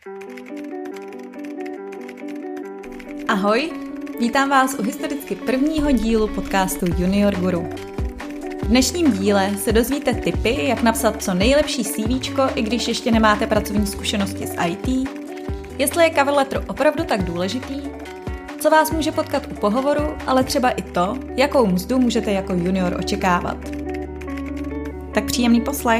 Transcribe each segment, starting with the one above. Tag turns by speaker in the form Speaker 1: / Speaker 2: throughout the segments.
Speaker 1: Ahoj, vítám vás u historicky prvního dílu podcastu Junior Guru. V dnešním díle se dozvíte tipy, jak napsat co nejlepší CVčko, i když ještě nemáte pracovní zkušenosti s IT, jestli je cover letter opravdu tak důležitý, co vás může potkat u pohovoru, ale třeba i to, jakou mzdu můžete jako junior očekávat. Tak příjemný poslech.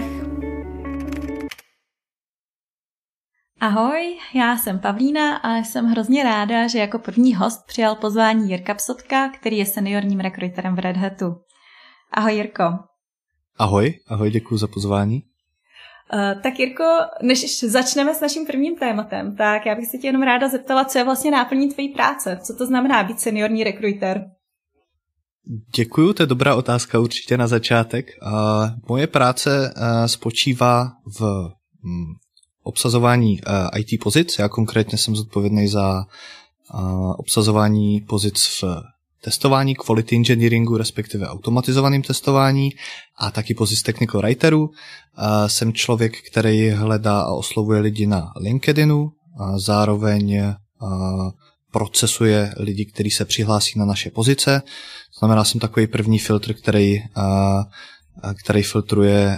Speaker 1: Ahoj, já jsem Pavlína a jsem hrozně ráda, že jako první host přijal pozvání Jirka Psotka, který je seniorním rekruterem v Red Hatu. Ahoj Jirko.
Speaker 2: Ahoj, děkuji za pozvání.
Speaker 1: Tak Jirko, než začneme s naším prvním tématem, tak já bych se tě jenom ráda zeptala, co je vlastně náplní tvojí práce. Co to znamená být seniorní rekruter?
Speaker 2: Děkuju, to je dobrá otázka určitě na začátek. Moje práce spočívá v obsazování IT pozic. Já konkrétně jsem zodpovědný za obsazování pozic v testování, quality engineeringu, respektive automatizovaným testování a taky pozic technical writerů. Jsem člověk, který hledá a oslovuje lidi na LinkedInu a zároveň procesuje lidi, kteří se přihlásí na naše pozice. Znamená, jsem takový první filtr, který filtruje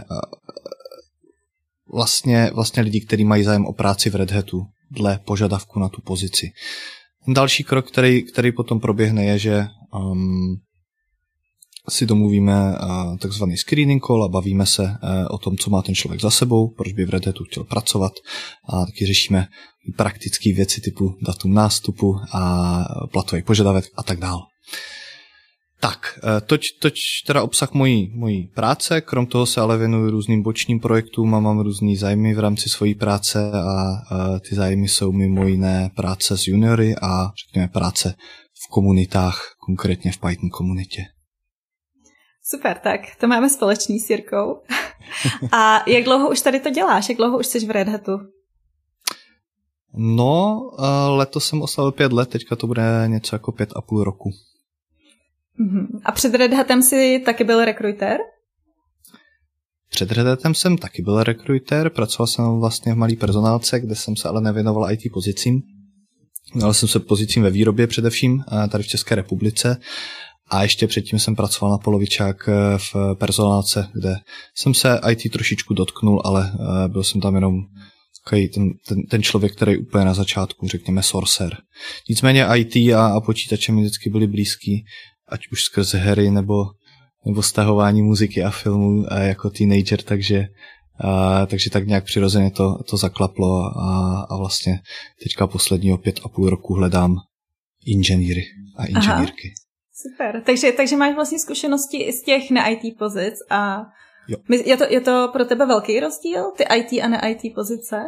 Speaker 2: vlastně lidi, kteří mají zájem o práci v Red Hatu dle požadavku na tu pozici. Další krok, který potom proběhne, je, že si domluvíme takzvaný screening call a bavíme se o tom, co má ten člověk za sebou, proč by v Red Hatu chtěl pracovat a taky řešíme praktické věci typu datum nástupu a platový požadavek a tak dále. Tak, toť teda obsah mojí práce, krom toho se ale věnuju různým bočním projektům a mám různý zájmy v rámci svojí práce a ty zájmy jsou mimo jiné práce s juniory a řekněme práce v komunitách, konkrétně v Python komunitě.
Speaker 1: Super, tak to máme společný s Jirkou. A jak dlouho už tady to děláš? Jak dlouho už jsi v Red Hatu?
Speaker 2: No, letos jsem oslavil 5 let, teďka to bude něco jako 5,5 roku.
Speaker 1: A před Red Hatem jsi taky byl rekruter?
Speaker 2: Před Red Hatem jsem taky byl rekruter, pracoval jsem vlastně v malý personálce, kde jsem se ale nevěnoval IT pozicím. Věnoval jsem se pozicím ve výrobě především, tady v České republice. A ještě předtím jsem pracoval na polovičák v personálce, kde jsem se IT trošičku dotknul, ale byl jsem tam jenom ten člověk, který úplně na začátku, řekněme sorcerer. Nicméně IT a počítače mi vždycky byly blízký, ať už skrze hry nebo stahování muziky a filmů jako teenager, takže tak nějak přirozeně to zaklaplo a vlastně teďka posledního 5,5 roku hledám inženýry a inženýrky.
Speaker 1: Super, takže máš vlastně zkušenosti i z těch ne-IT pozic a
Speaker 2: jo.
Speaker 1: Je to pro tebe velký rozdíl, ty IT a ne-IT pozice?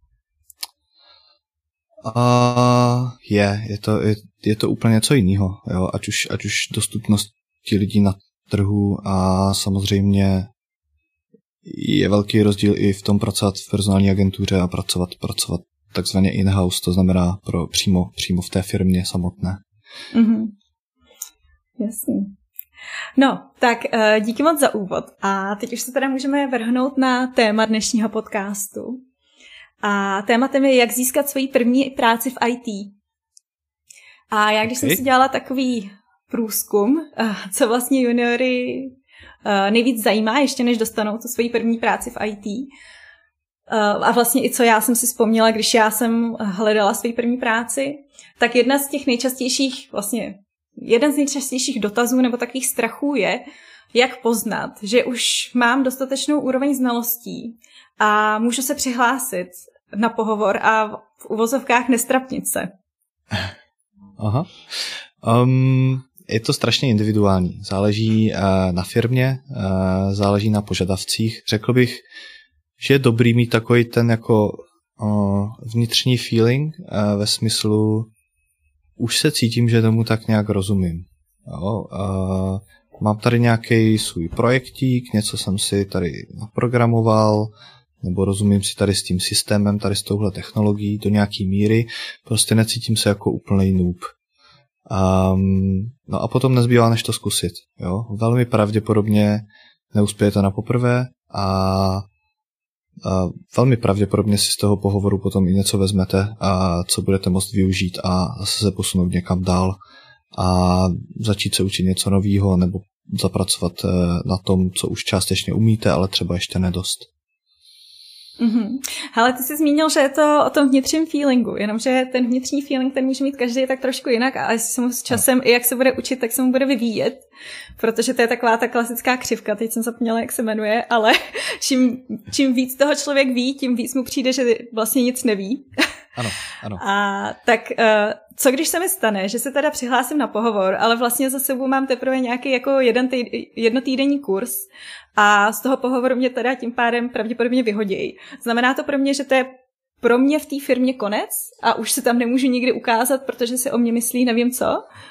Speaker 2: Je to úplně něco jiného, jo? Ať už dostupnosti lidí na trhu a samozřejmě je velký rozdíl i v tom pracovat v personální agentuře a pracovat takzvaně in-house, to znamená přímo v té firmě samotné.
Speaker 1: Mhm. Jasný. No, tak díky moc za úvod a teď už se teda můžeme vrhnout na téma dnešního podcastu. A tématem je, jak získat svoji první práci v IT. A já, když jsem si dělala takový průzkum, co vlastně juniory nejvíc zajímá, ještě než dostanou tu svoji první práci v IT, a vlastně i co já jsem si vzpomněla, když já jsem hledala svoji první práci, tak jeden z nejčastějších dotazů nebo takových strachů je, jak poznat, že už mám dostatečnou úroveň znalostí a můžu se přihlásit na pohovor a v uvozovkách nestrapnit se.
Speaker 2: Aha. Je to strašně individuální. Záleží na firmě, záleží na požadavcích. Řekl bych, že je dobrý mít takový ten jako vnitřní feeling ve smyslu už se cítím, že tomu tak nějak rozumím. Jo, mám tady nějaký svůj projektík, něco jsem si tady naprogramoval, nebo rozumím si tady s tím systémem, tady s touhle technologií do nějaký míry, prostě necítím se jako úplnej noob. No a potom nezbývá, než to zkusit. Jo? Velmi pravděpodobně neuspějete na poprvé a velmi pravděpodobně si z toho pohovoru potom i něco vezmete, co budete moct využít a zase se posunout někam dál a začít se učit něco nového nebo zapracovat na tom, co už částečně umíte, ale třeba ještě nedost.
Speaker 1: Mm-hmm. Ale ty jsi zmínil, že je to o tom vnitřním feelingu, jenomže ten vnitřní feeling, ten může mít každý tak trošku jinak a jestli se mu s časem i jak se bude učit, tak se mu bude vyvíjet, protože to je taková ta klasická křivka, teď jsem zapomněla, jak se jmenuje, ale čím víc toho člověk ví, tím víc mu přijde, že vlastně nic neví.
Speaker 2: Ano.
Speaker 1: A tak co když se mi stane, že se teda přihlásím na pohovor, ale vlastně za sebou mám teprve nějaký jako jednotýdenní kurz a z toho pohovoru mě teda tím pádem pravděpodobně vyhodějí. Znamená to pro mě, že to je pro mě v té firmě konec a už se tam nemůžu nikdy ukázat, protože si o mě myslí nevím co?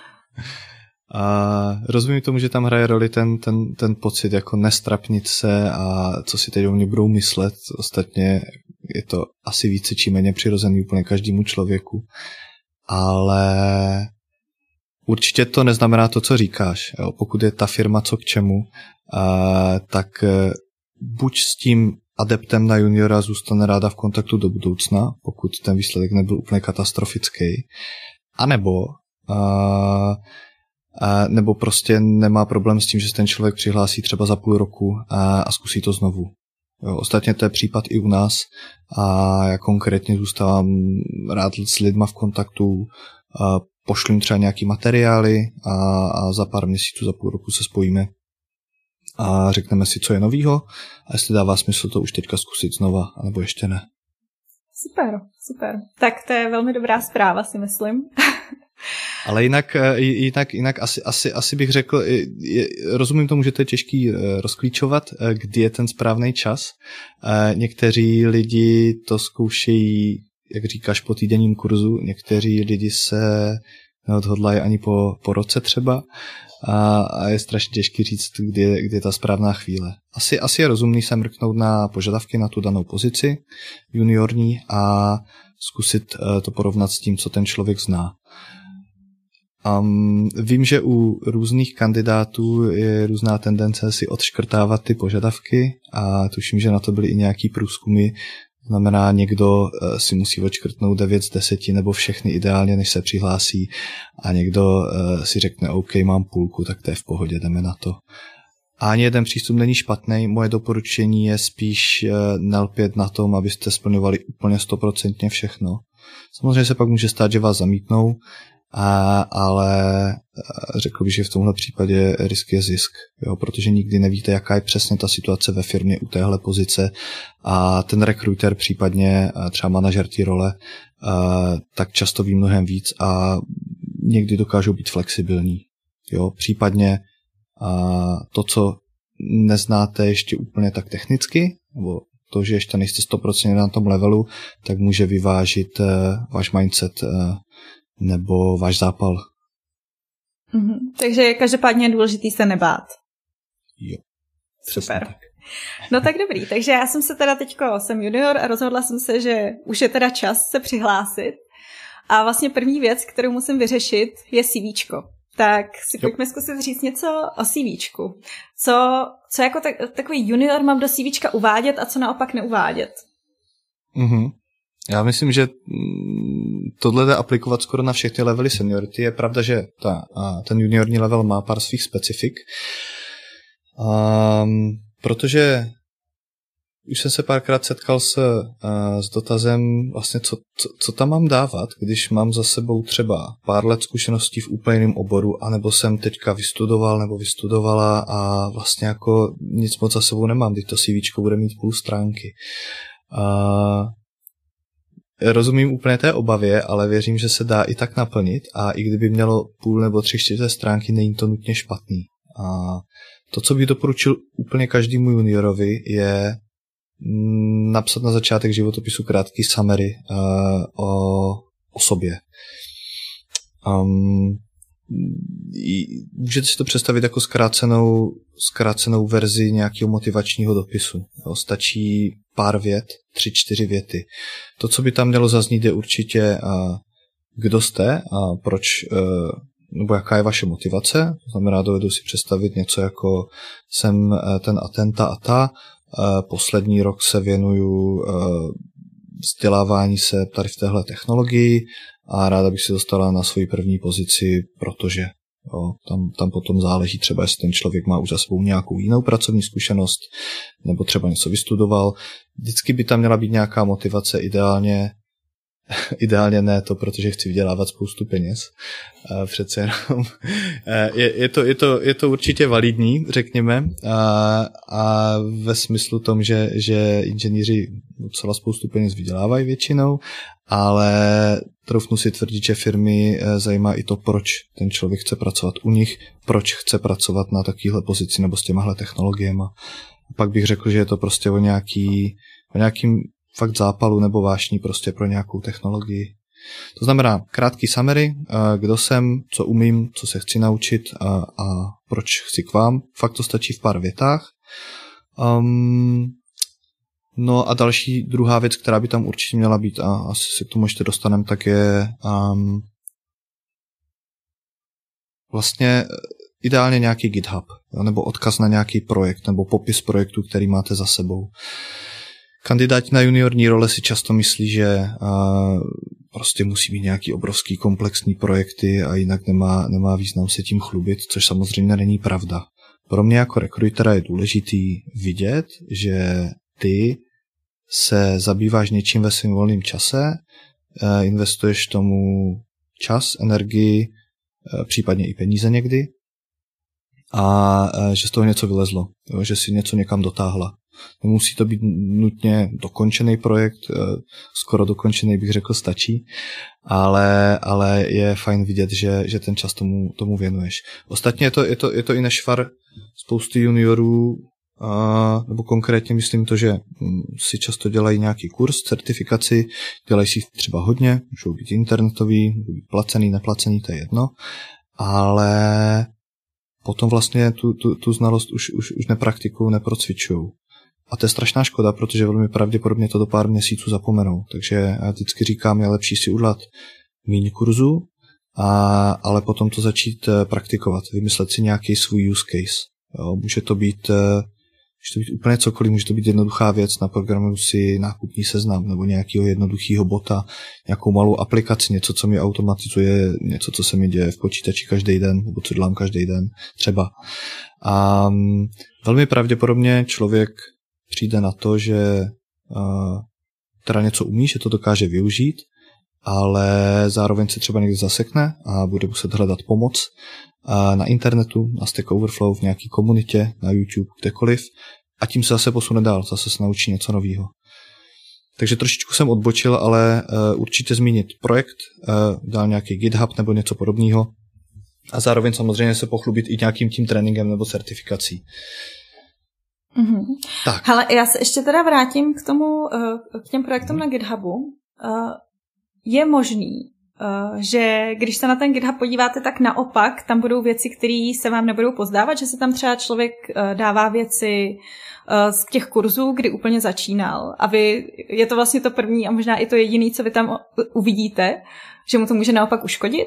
Speaker 2: A rozumím tomu, že tam hraje roli ten pocit jako nestrapnit se a co si teď o mě budou myslet. Ostatně je to asi více či méně přirozený úplně každému člověku. Ale určitě to neznamená to, co říkáš. Jo? Pokud je ta firma co k čemu, tak buď s tím adeptem na juniora zůstane ráda v kontaktu do budoucna, pokud ten výsledek nebyl úplně katastrofický, nebo prostě nemá problém s tím, že se ten člověk přihlásí třeba za půl roku a zkusí to znovu. Jo, ostatně to je případ i u nás a já konkrétně zůstávám rád s lidma v kontaktu, pošlu jim třeba nějaký materiály a za pár měsíců, za půl roku se spojíme a řekneme si, co je novýho a jestli dává smysl to už teďka zkusit znova, anebo ještě ne.
Speaker 1: Super. Tak to je velmi dobrá zpráva, si myslím.
Speaker 2: Ale jinak asi bych řekl, rozumím tomu, že to je těžký rozklíčovat, kdy je ten správný čas. Někteří lidi to zkoušejí, jak říkáš, po týdenním kurzu, někteří lidi se neodhodlají ani po roce třeba a je strašně těžký říct, kdy je ta správná chvíle. Asi je rozumný se mrknout na požadavky na tu danou pozici juniorní a zkusit to porovnat s tím, co ten člověk zná. Vím, že u různých kandidátů je různá tendence si odškrtávat ty požadavky a tuším, že na to byly i nějaký průzkumy. Znamená, někdo si musí odškrtnout 9 z 10 nebo všechny ideálně, než se přihlásí a někdo si řekne, OK, mám půlku, tak to je v pohodě, jdeme na to. A ani jeden přístup není špatný. Moje doporučení je spíš nelpět na tom, abyste splňovali úplně 100% všechno. Samozřejmě se pak může stát, že vás zamítnou, ale řekl bych, že v tomhle případě risk je zisk, jo, protože nikdy nevíte, jaká je přesně ta situace ve firmě u téhle pozice a ten rekruter, případně třeba manažer té role, tak často ví mnohem víc a někdy dokážou být flexibilní. Jo, případně to, co neznáte ještě úplně tak technicky, nebo to, že ještě nejste 100% na tom levelu, tak může vyvážit váš mindset nebo váš zápal.
Speaker 1: Mm-hmm. Takže každopádně je důležitý se nebát.
Speaker 2: Jo.
Speaker 1: Super. Tak. No tak dobrý, takže já jsem se teda jsem junior a rozhodla jsem se, že už je teda čas se přihlásit. A vlastně první věc, kterou musím vyřešit, je CVčko. Tak si pojďme zkusit říct něco o CVčku. Co jako takový junior mám do CVčka uvádět a co naopak neuvádět?
Speaker 2: Mhm. Já myslím, že tohle jde aplikovat skoro na všechny levely seniority. Je pravda, že ten juniorní level má pár svých specifik, protože už jsem se párkrát setkal s dotazem, vlastně co tam mám dávat, když mám za sebou třeba pár let zkušeností v úplně jiném oboru, anebo jsem teďka vystudoval nebo vystudovala a vlastně jako nic moc za sebou nemám, když to CVčko bude mít půl stránky. Rozumím úplně té obavě, ale věřím, že se dá i tak naplnit a i kdyby mělo půl nebo 3/4 stránky, není to nutně špatný. A to, co bych doporučil úplně každému juniorovi, je napsat na začátek životopisu krátký summary o sobě. Můžete si to představit jako zkrácenou verzi nějakého motivačního dopisu. Jo, stačí pár vět, 3-4 věty. To, co by tam mělo zaznít, je určitě kdo jste a proč, nebo jaká je vaše motivace. To znamená, dovedu si představit něco jako jsem ten a ta Poslední rok se věnuju vzdělávání se tady v téhle technologii a ráda bych se dostala na svoji první pozici, protože tam potom záleží třeba, jestli ten člověk má už za sebou nějakou jinou pracovní zkušenost nebo třeba něco vystudoval. Vždycky by tam měla být nějaká motivace, ideálně ne to, protože chci vydělávat spoustu peněz. Přece jenom je to určitě validní, řekněme, a ve smyslu tom, že inženýři docela spoustu peněz vydělávají většinou, ale troufnu si tvrdit, že firmy zajímá i to, proč ten člověk chce pracovat u nich, proč chce pracovat na takovéhle pozici nebo s těmahle technologiemi. Pak bych řekl, že je to prostě o nějakým fakt zápalu nebo vášní prostě pro nějakou technologii. To znamená krátký summary, kdo jsem, co umím, co se chci naučit a proč chci k vám. Fakt to stačí v pár větách. No a druhá věc, která by tam určitě měla být a asi se k tomu ještě dostaneme, tak je vlastně ideálně nějaký GitHub, nebo odkaz na nějaký projekt, nebo popis projektu, který máte za sebou. Kandidáti na juniorní role si často myslí, že prostě musí být nějaký obrovský komplexní projekty a jinak nemá význam se tím chlubit, což samozřejmě není pravda. Pro mě jako rekrutera je důležitý vidět, že ty se zabýváš něčím ve svém volném čase, investuješ tomu čas, energii, případně i peníze někdy a že z toho něco vylezlo, že si něco někam dotáhla. Nemusí to být nutně dokončený projekt, skoro dokončený bych řekl stačí, ale je fajn vidět, že ten čas tomu věnuješ. Ostatně je to i nešvar spousty juniorů, nebo konkrétně myslím to, že si často dělají nějaký kurz, certifikaci, dělají si třeba hodně, můžou být internetový, můžou být placený, neplacený, to je jedno, ale potom vlastně tu znalost už nepraktikují, neprocvičují. A to je strašná škoda, protože velmi pravděpodobně to do pár měsíců zapomenou. Takže já vždycky říkám, je lepší si udělat méně kurzů, ale potom to začít praktikovat, vymyslet si nějaký svůj use case. Jo, může to být úplně cokoliv, může to být jednoduchá věc, naprogramuju si nákupní seznam nebo nějakého jednoduchého bota, nějakou malou aplikaci, něco, co mi automatizuje, něco, co se mi děje v počítači každý den, nebo co dělám každý den třeba. A velmi pravděpodobně člověk přijde na to, že teda něco umí, že to dokáže využít, ale zároveň se třeba někde zasekne a bude muset hledat pomoc na internetu, na Stack Overflow, v nějaký komunitě, na YouTube, kdekoliv a tím se zase posune dál, zase se naučí něco nového. Takže trošičku jsem odbočil, ale určitě zmínit projekt, dál nějaký GitHub nebo něco podobného a zároveň samozřejmě se pochlubit i nějakým tím tréninkem nebo certifikací.
Speaker 1: Mm-hmm. Tak. Hele, já se ještě teda vrátím k těm projektům na GitHubu. Je možný, že když se na ten GitHub podíváte, tak naopak tam budou věci, které se vám nebudou pozdávat, že se tam třeba člověk dává věci z těch kurzů, kdy úplně začínal. A je to vlastně to první a možná i to jediné, co vy tam uvidíte, že mu to může naopak uškodit?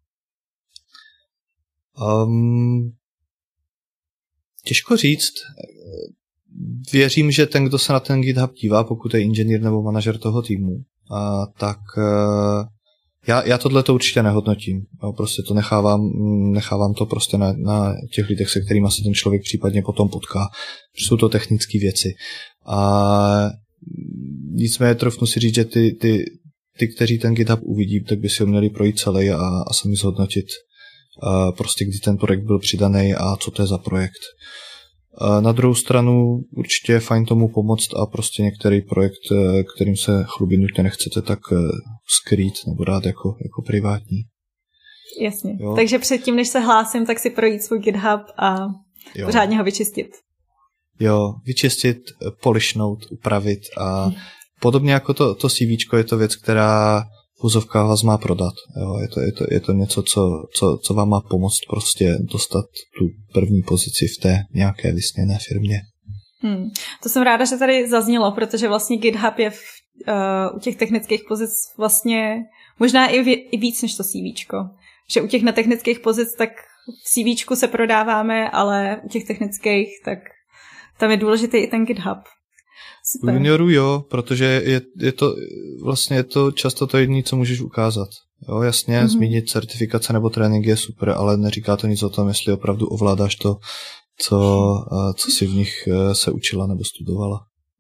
Speaker 2: Těžko říct. Věřím, že ten, kdo se na ten GitHub dívá, pokud je inženýr nebo manažer toho týmu, tak já tohleto určitě nehodnotím. Prostě to nechávám to prostě na těch lidech, se kterými se ten člověk případně potom potká. Jsou to technické věci. A nicméně trofnu si říct, že ty, kteří ten GitHub uvidí, tak by si ho měli projít celý a sami zhodnotit prostě kdy ten projekt byl přidaný a co to je za projekt. Na druhou stranu určitě je fajn tomu pomoct a prostě některý projekt, kterým se chlubit nutně nechcete, tak skrýt nebo dát jako privátní.
Speaker 1: Jasně. Jo. Takže předtím, než se hlásím, tak si projít svůj GitHub a pořádně ho vyčistit. Jo, vyčistit, polišnout, upravit a podobně jako to CVčko je to věc, která vozovka vás má prodat. Jo, je to něco, co vám má pomoct prostě dostat tu první pozici v té nějaké vysněné firmě. To jsem ráda, že tady zaznělo, protože vlastně GitHub je u těch technických pozic vlastně možná i víc než to CVčko. Že u těch netechnických pozic tak v CVčku se prodáváme, ale u těch technických tak tam je důležitý i ten GitHub. Super.
Speaker 2: U juniorů jo, protože je to často to jediné, co můžeš ukázat. Jo, jasně, zmínit certifikace nebo tréninky je super, ale neříká to nic o tom, jestli opravdu ovládáš to, co si v nich se učila nebo studovala.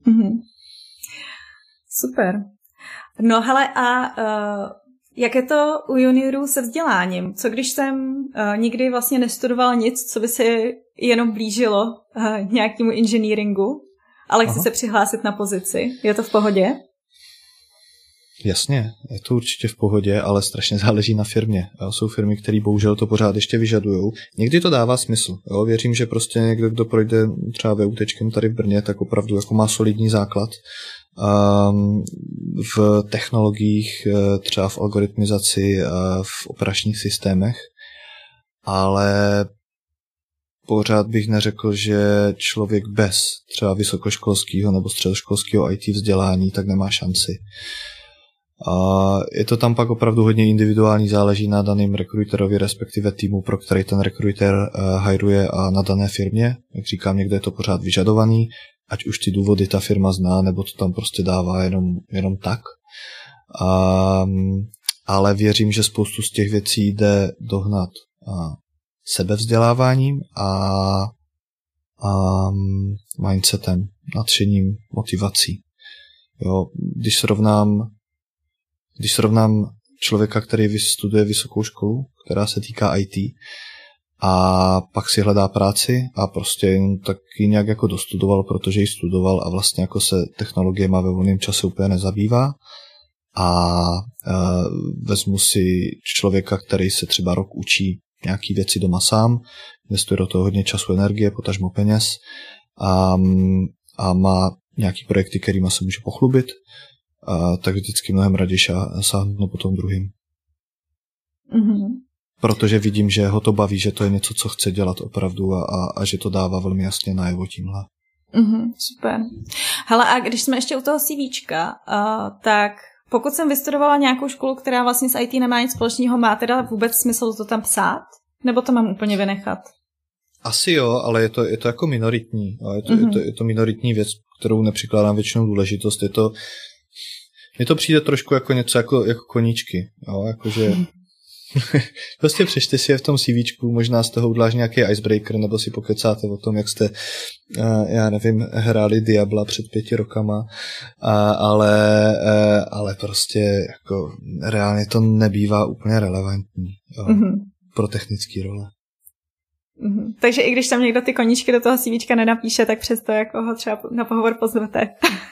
Speaker 1: Super. No hele, a jak je to u juniorů se vzděláním? Co když jsem nikdy vlastně nestudovala nic, co by se jenom blížilo nějakému engineeringu, ale chci se přihlásit na pozici? Je to v pohodě?
Speaker 2: Jasně, je to určitě v pohodě, ale strašně záleží na firmě. Jo, jsou firmy, které bohužel to pořád ještě vyžadujou. Někdy to dává smysl. Jo, věřím, že prostě někdo, kdo projde třeba VUTčkem tady v Brně, tak opravdu jako má solidní základ v technologiích, třeba v algoritmizaci, v operačních systémech, ale pořád bych neřekl, že člověk bez třeba vysokoškolského nebo středoškolského IT vzdělání tak nemá šanci. A je to tam pak opravdu hodně individuální, záleží na daném rekruterovi, respektive týmu, pro který ten rekruter hajruje a na dané firmě. Jak říkám, někde je to pořád vyžadovaný, ať už ty důvody ta firma zná, nebo to tam prostě dává jenom tak. Ale věřím, že spoustu z těch věcí jde dohnat sebevzděláváním a mindsetem, nadšením, motivací. Jo, když srovnám člověka, který studuje vysokou školu, která se týká IT, a pak si hledá práci a prostě jen tak ji nějak jako dostudoval, protože ji studoval a vlastně jako se technologiemi ve volném čase úplně nezabývá. A vezmu si člověka, který se třeba rok učí nějaký věci doma sám, investuje do toho hodně času, energie, potažmo peněz a má nějaký projekty, kterýma se může pochlubit, tak vždycky mnohem raději sáhnu po tom druhým. Protože vidím, že ho to baví, že to je něco, co chce dělat opravdu a že to dává velmi jasně najevo tímhle.
Speaker 1: Super. Hele, a když jsme ještě u toho CVčka, tak pokud jsem vystudovala nějakou školu, která vlastně s IT nemá nic společného, má teda vůbec smysl to tam psát? Nebo to mám úplně vynechat?
Speaker 2: Asi jo, ale je to jako minoritní. Je to minoritní věc, kterou nepřikládám většinou důležitost. Mně to přijde trošku jako něco jako koníčky. Jo? Jakože prostě přečte si je v tom CVčku, možná z toho udláš nějaký icebreaker, nebo si pokecáte o tom, jak jste, já nevím, hráli Diabla před 5 rokama, ale prostě jako reálně to nebývá úplně relevantní pro technické role.
Speaker 1: Takže i když tam někdo ty koníčky do toho CVčka nenapíše, tak přesto jako ho třeba na pohovor pozvete.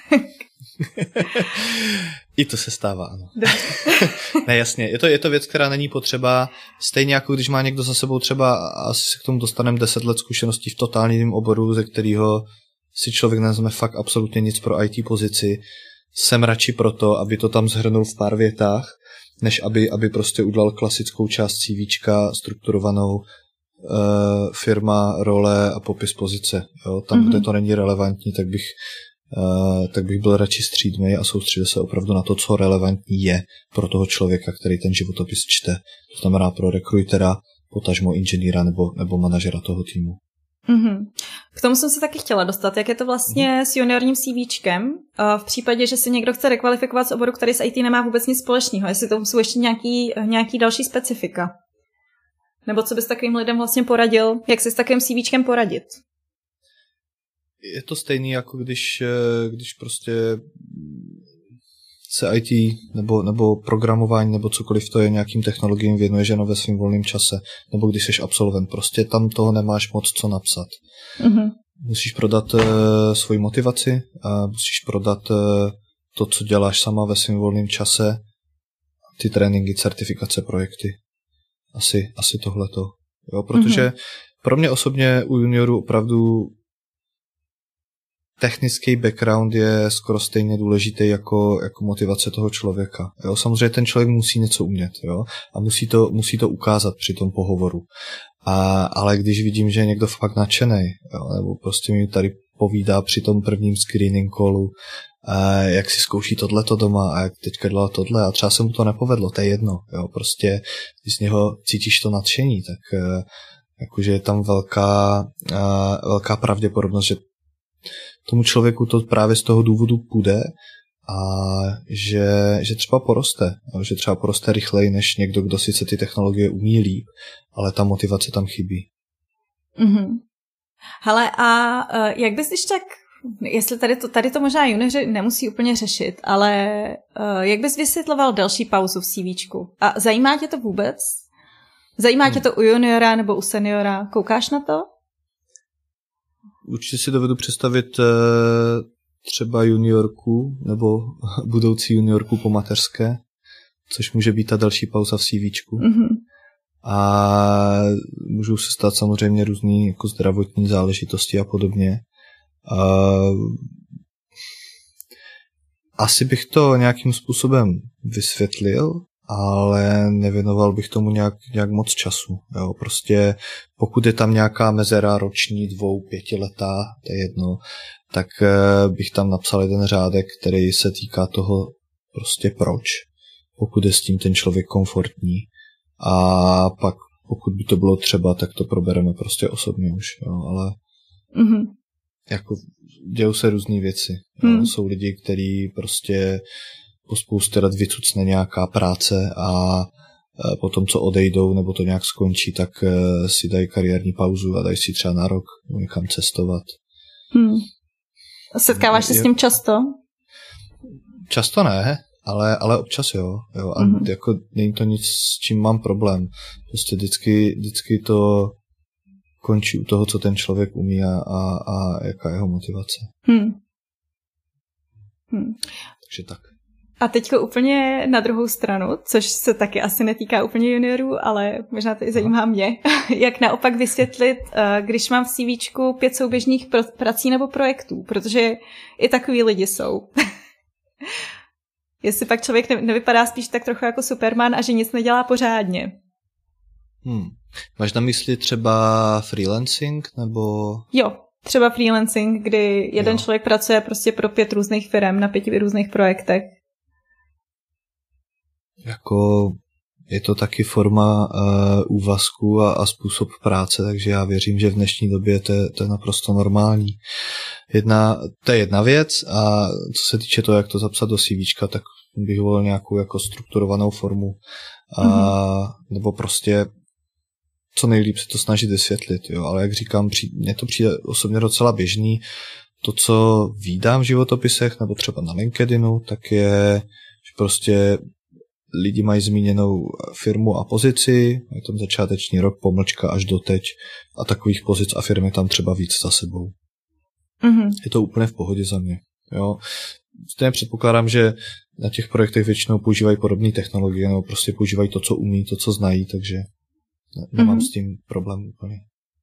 Speaker 2: I to se stává, ano. Ne, jasně, je to věc, která není potřeba, stejně jako když má někdo za sebou třeba, asi se k tomu dostaneme 10 let zkušeností v totálním oboru, ze kterého si člověk nezme fakt absolutně nic pro IT pozici. Jsem radši proto, aby to tam zhrnul v pár větách, než aby prostě udělal klasickou část CVčka, strukturovanou firma, role a popis pozice. Jo? Tam, kde to není relevantní, tak bych byl radši střídmej a soustředil se opravdu na to, co relevantní je pro toho člověka, který ten životopis čte. To znamená pro rekrutera, potažmo inženýra nebo manažera toho týmu.
Speaker 1: K tomu jsem se taky chtěla dostat. Jak je to vlastně s juniorním CVčkem? V případě, že si někdo chce rekvalifikovat z oboru, který s IT nemá vůbec nic společného. Jestli to jsou ještě nějaký další specifika? Nebo co bys takovým lidem vlastně poradil? Jak si s takovým CVčkem poradit?
Speaker 2: Je to stejný, jako když prostě se IT nebo programování nebo cokoliv to je nějakým technologiím věnuješ jenom ve svým volném čase. Nebo když jsi absolvent. Prostě tam toho nemáš moc co napsat. Musíš prodat svoji motivaci, musíš prodat to, co děláš sama ve svém volném čase, ty tréninky, certifikace, projekty. Asi tohleto. Jo, protože pro mě osobně u juniorů opravdu technický background je skoro stejně důležitý jako motivace toho člověka. Jo, samozřejmě ten člověk musí něco umět, jo, a musí to ukázat při tom pohovoru. Ale když vidím, že je někdo fakt nadšenej, jo, nebo prostě mi tady povídá při tom prvním screening callu, jak si zkouší tohleto doma a jak teďka dělá tohle a třeba se mu to nepovedlo, to je jedno. Jo, prostě když z něho cítíš to nadšení, tak jakože je tam velká pravděpodobnost, že tomu člověku to právě z toho důvodu půjde a že třeba poroste rychleji než někdo, kdo sice ty technologie umí líp, ale ta motivace tam chybí.
Speaker 1: Mm-hmm. Hele, a jak bys když tak, jestli tady to možná junioři nemusí úplně řešit, ale jak bys vysvětloval další pauzu v CVčku? A zajímá tě to vůbec? Zajímá tě to u juniora nebo u seniora? Koukáš na to?
Speaker 2: Určitě si dovedu představit třeba juniorku nebo budoucí juniorku po mateřské, což může být ta další pauza v CVčku. Mm-hmm. A můžou se stát samozřejmě různý jako zdravotní záležitosti a podobně. Asi bych to nějakým způsobem vysvětlil, ale nevěnoval bych tomu nějak moc času. Jo. Prostě pokud je tam nějaká mezera roční, 2, 5letá, to je jedno, tak bych tam napsal jeden řádek, který se týká toho prostě proč, pokud je s tím ten člověk komfortní. A pak, pokud by to bylo třeba, tak to probereme prostě osobně už, jo, ale jako dějou se různý věci. Jo. Jsou lidi, kteří prostě po spoustu let vycucne nějaká práce a potom, co odejdou nebo to nějak skončí, tak si dají kariérní pauzu a dají si třeba na rok někam cestovat.
Speaker 1: Setkáváš se s tím často?
Speaker 2: Často ne, ale občas jo. A jako není to nic, s čím mám problém. Prostě vždycky to končí u toho, co ten člověk umí a jaká je jeho motivace. Takže tak.
Speaker 1: A teďko úplně na druhou stranu, což se taky asi netýká úplně juniorů, ale možná to i zajímá mě, jak naopak vysvětlit, když mám v CVčku 5 souběžných prací nebo projektů, protože i takový lidi jsou. Jestli pak člověk nevypadá spíš tak trochu jako Superman a že nic nedělá pořádně.
Speaker 2: Máš na mysli třeba freelancing, nebo...
Speaker 1: Jo, třeba freelancing, kdy jeden člověk pracuje prostě pro 5 různých firm na 5 různých projektech.
Speaker 2: Jako je to taky forma úvazku a způsob práce, takže já věřím, že v dnešní době to je naprosto normální. To je jedna věc a co se týče toho, jak to zapsat do CVčka, tak bych volil nějakou jako strukturovanou formu nebo prostě co nejlíp se to snažit vysvětlit, jo, ale jak říkám, mně to přijde osobně docela běžný. To, co vídám v životopisech nebo třeba na LinkedInu, tak je, že prostě lidi mají zmíněnou firmu a pozici, je tam začáteční rok, pomlčka až doteď a takových pozic a firmy tam třeba víc za sebou. Je to úplně v pohodě za mě. Jo. Stejně předpokládám, že na těch projektech většinou používají podobné technologie nebo prostě používají to, co umí, to, co znají, takže nemám s tím problém úplně.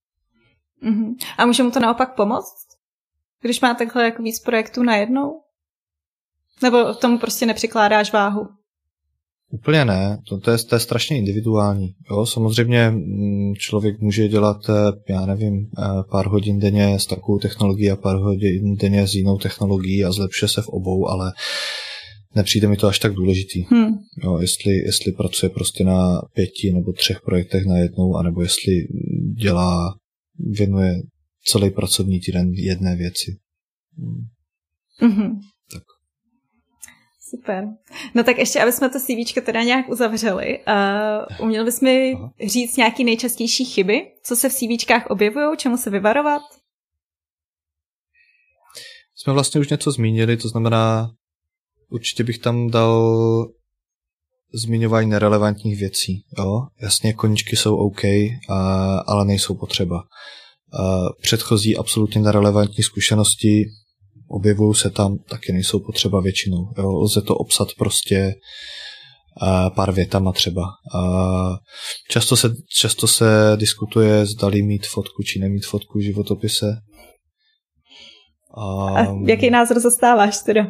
Speaker 1: A může mu to naopak pomoct? Když má takhle jako víc projektů najednou? Nebo tomu prostě nepřikládáš váhu?
Speaker 2: Úplně ne, to je strašně individuální. Jo, samozřejmě člověk může dělat, já nevím, pár hodin denně s takovou technologií a pár hodin denně s jinou technologií a zlepšuje se v obou, ale nepřijde mi to až tak důležitý. Jo, jestli pracuje prostě na 5 nebo 3 projektech najednou, anebo jestli věnuje celý pracovní týden jedné věci. Tak.
Speaker 1: Super. No tak ještě, aby jsme to CVčko teda nějak uzavřeli, uměl bys mi říct nějaký nejčastější chyby, co se v CVčkách objevují, čemu se vyvarovat?
Speaker 2: Jsme vlastně už něco zmínili, to znamená, určitě bych tam dal zmiňování nerelevantních věcí. Jo? Jasně, koníčky jsou OK, ale nejsou potřeba. Předchozí absolutně nerelevantní zkušenosti objevují se tam, taky nejsou potřeba většinou. Jo? Lze to obsat prostě pár větama třeba. Často se diskutuje, zdali mít fotku či nemít fotku v životopise.
Speaker 1: A jaký názor zastáváš teda?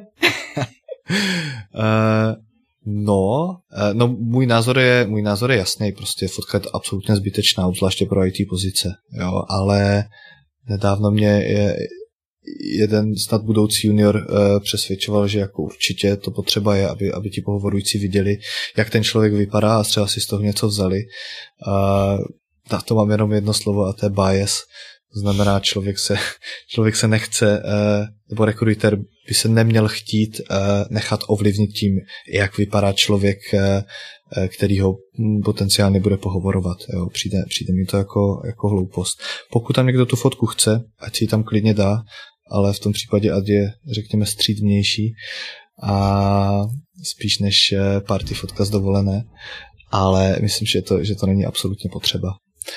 Speaker 2: No, můj názor je jasný, prostě fotka je absolutně zbytečná, obzvláště pro IT pozice, jo, ale nedávno mě jeden snad budoucí junior přesvědčoval, že jako určitě to potřeba je, aby ti pohovorující viděli, jak ten člověk vypadá a třeba si z toho něco vzali. Na to mám jenom jedno slovo a to je bias, To znamená, člověk se nechce, nebo rekruter by se neměl chtít nechat ovlivnit tím, jak vypadá člověk, který ho potenciálně bude pohovorovat. Jo. Přijde mi to jako hloupost. Pokud tam někdo tu fotku chce, ať si ji tam klidně dá, ale v tom případě ať je, řekněme, střídmější a spíš než party fotka z dovolené, ale myslím, že to není absolutně potřeba.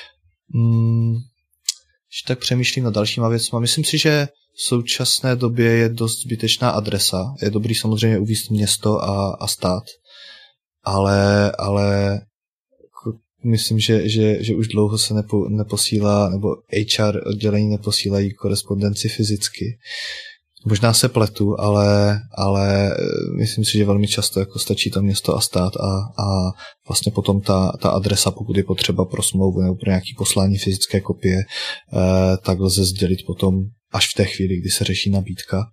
Speaker 2: Když tak přemýšlím nad dalšíma věcma, myslím si, že v současné době je dost zbytečná adresa. Je dobrý samozřejmě uvést město a stát, ale myslím, že už dlouho se neposílá, nebo HR oddělení neposílají korespondenci fyzicky. Možná se pletu, ale myslím si, že velmi často jako stačí to město a stát a vlastně potom ta adresa, pokud je potřeba pro smlouvu nebo pro nějaké poslání fyzické kopie, tak lze sdělit potom až v té chvíli, kdy se řeší nabídka.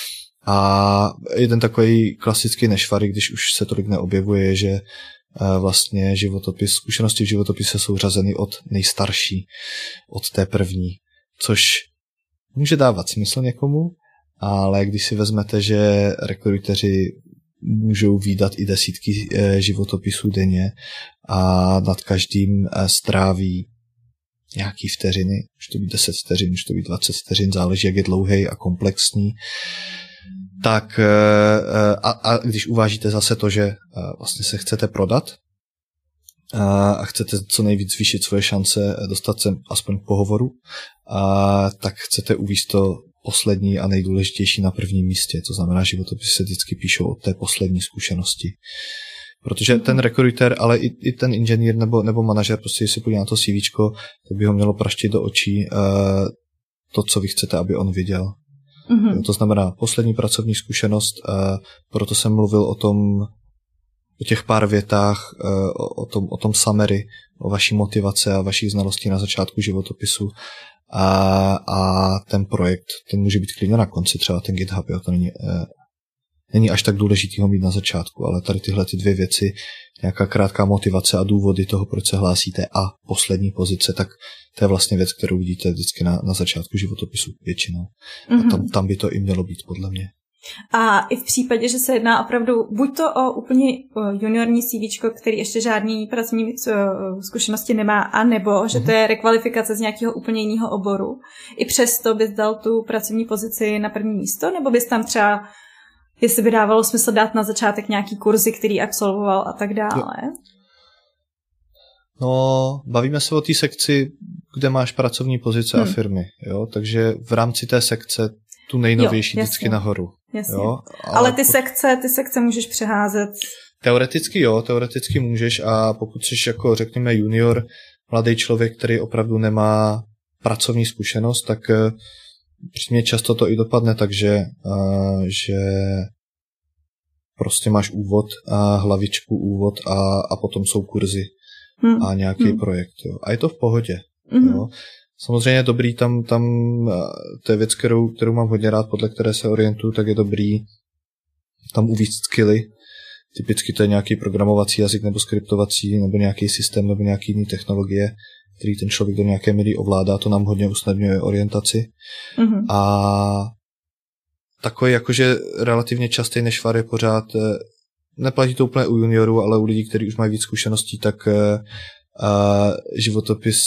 Speaker 2: A jeden takový klasický nešvar, když už se tolik neobjevuje, je, že vlastně zkušenosti v životopise jsou řazeny od nejstarší, od té první, což může dávat smysl někomu, ale když si vezmete, že rekruteři můžou vídat i desítky životopisů denně a nad každým stráví nějaký vteřiny, už to být 10 vteřin, už to být 20 vteřin, záleží, jak je dlouhý a komplexní, tak a když uvážíte zase to, že vlastně se chcete prodat a chcete co nejvíc zvýšit svoje šance dostat se aspoň k pohovoru, tak chcete uvést to poslední a nejdůležitější na prvním místě. To znamená, že životopisy se vždycky píšou od té poslední zkušenosti. Protože ten rekruter, ale i ten inženýr nebo manažer, prostě když se podívá na to CVčko, tak by ho mělo praštit do očí to, co vy chcete, aby on viděl. Mm-hmm. To znamená poslední pracovní zkušenost, proto jsem mluvil o těch pár větách, o tom summary, o vaší motivace a vašich znalostí na začátku životopisu a ten projekt, ten může být klidně na konci, třeba ten GitHub, jo, to není až tak důležitý ho mít na začátku, ale tady tyhle ty dvě věci, nějaká krátká motivace a důvody toho, proč se hlásíte a poslední pozice, tak to je vlastně věc, kterou vidíte vždycky na začátku životopisu většinou. Mm-hmm. A tam by to i mělo být, podle mě.
Speaker 1: A i v případě, že se jedná opravdu buď to o úplně juniorní CVčko, který ještě žádný pracovní zkušenosti nemá, anebo že to je rekvalifikace z nějakého úplně jiného oboru, i přesto bys dal tu pracovní pozici na první místo, nebo bys tam třeba, jestli by dávalo smysl dát na začátek nějaký kurzy, který absolvoval a tak dále?
Speaker 2: No, bavíme se o té sekci, kde máš pracovní pozice a firmy, jo, takže v rámci té sekce tu nejnovější vždycky nahoru.
Speaker 1: Jasně.
Speaker 2: Jo?
Speaker 1: Ale ty sekce můžeš přeházet.
Speaker 2: Teoreticky můžeš a pokud jsi jako řekněme junior, mladý člověk, který opravdu nemá pracovní zkušenost, tak mě často to i dopadne, takže že prostě máš hlavičku úvod a potom jsou kurzy a nějaký projekt. Jo. A je to v pohodě. Jo. Samozřejmě je dobrý tam to je věc, kterou mám hodně rád, podle které se orientuju, tak je dobrý tam uvést skilly. Typicky to je nějaký programovací jazyk nebo skriptovací, nebo nějaký systém, nebo nějaký jiný technologie, který ten člověk do nějaké míry ovládá, to nám hodně usnadňuje orientaci. A takový jakože relativně častý nešvar je pořád, neplatí to úplně u juniorů, ale u lidí, kteří už mají víc zkušeností, tak životopis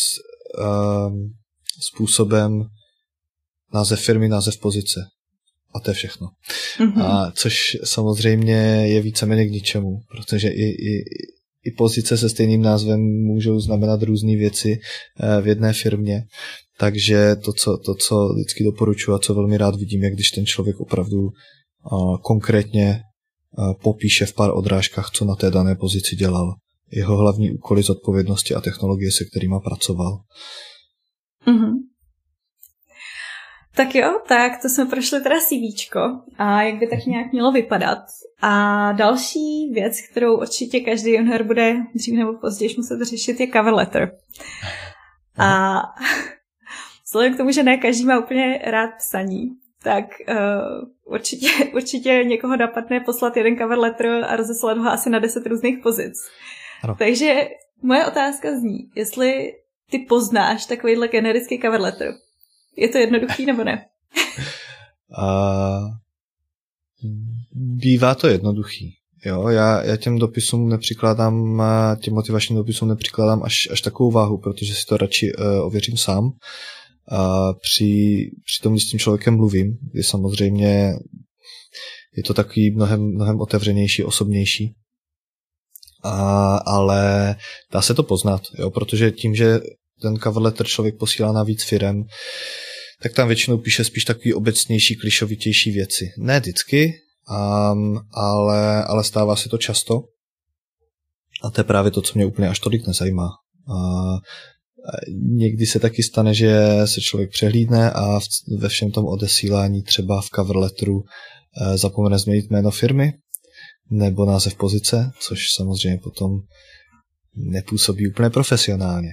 Speaker 2: způsobem název firmy, název pozice. A to je všechno. Což samozřejmě je víceméně k ničemu, protože i pozice se stejným názvem můžou znamenat různé věci v jedné firmě. Takže to, co vždycky doporučuji a co velmi rád vidím, je když ten člověk opravdu konkrétně popíše v pár odrážkách, co na té dané pozici dělal. Jeho hlavní úkoly, zodpovědnosti a technologie, se kterýma pracoval.
Speaker 1: Tak jo, tak to jsme prošli teda CVčko a jak by tak nějak mělo vypadat. A další věc, kterou určitě každý junior bude dřív nebo později muset řešit, je cover letter. A vzhledem k tomu, že ne každý má úplně rád psaní, tak určitě někoho napadne poslat jeden cover letter a rozeslat ho asi na 10 různých pozic. Ano. Takže moje otázka zní, jestli ty poznáš takovýhle generický cover letter Je to jednoduchý nebo ne?
Speaker 2: Bývá to jednoduchý. Jo, já těm dopisům nepřikládám, těm motivačním dopisům nepřikládám až takovou váhu, protože si to radši ověřím sám. Při tom, když s tím člověkem mluvím, kdy samozřejmě je to takový mnohem otevřenější, osobnější. Ale dá se to poznat, jo, protože tím, že ten cover letter člověk posílá na víc firem, tak tam většinou píše spíš takový obecnější, klišovitější věci. Ne vždycky, ale stává se to často. A to je právě to, co mě úplně až tolik nezajímá. Někdy se taky stane, že se člověk přehlídne a ve všem tom odesílání třeba v cover letteru zapomene změnit jméno firmy nebo název pozice, což samozřejmě potom nepůsobí úplně profesionálně.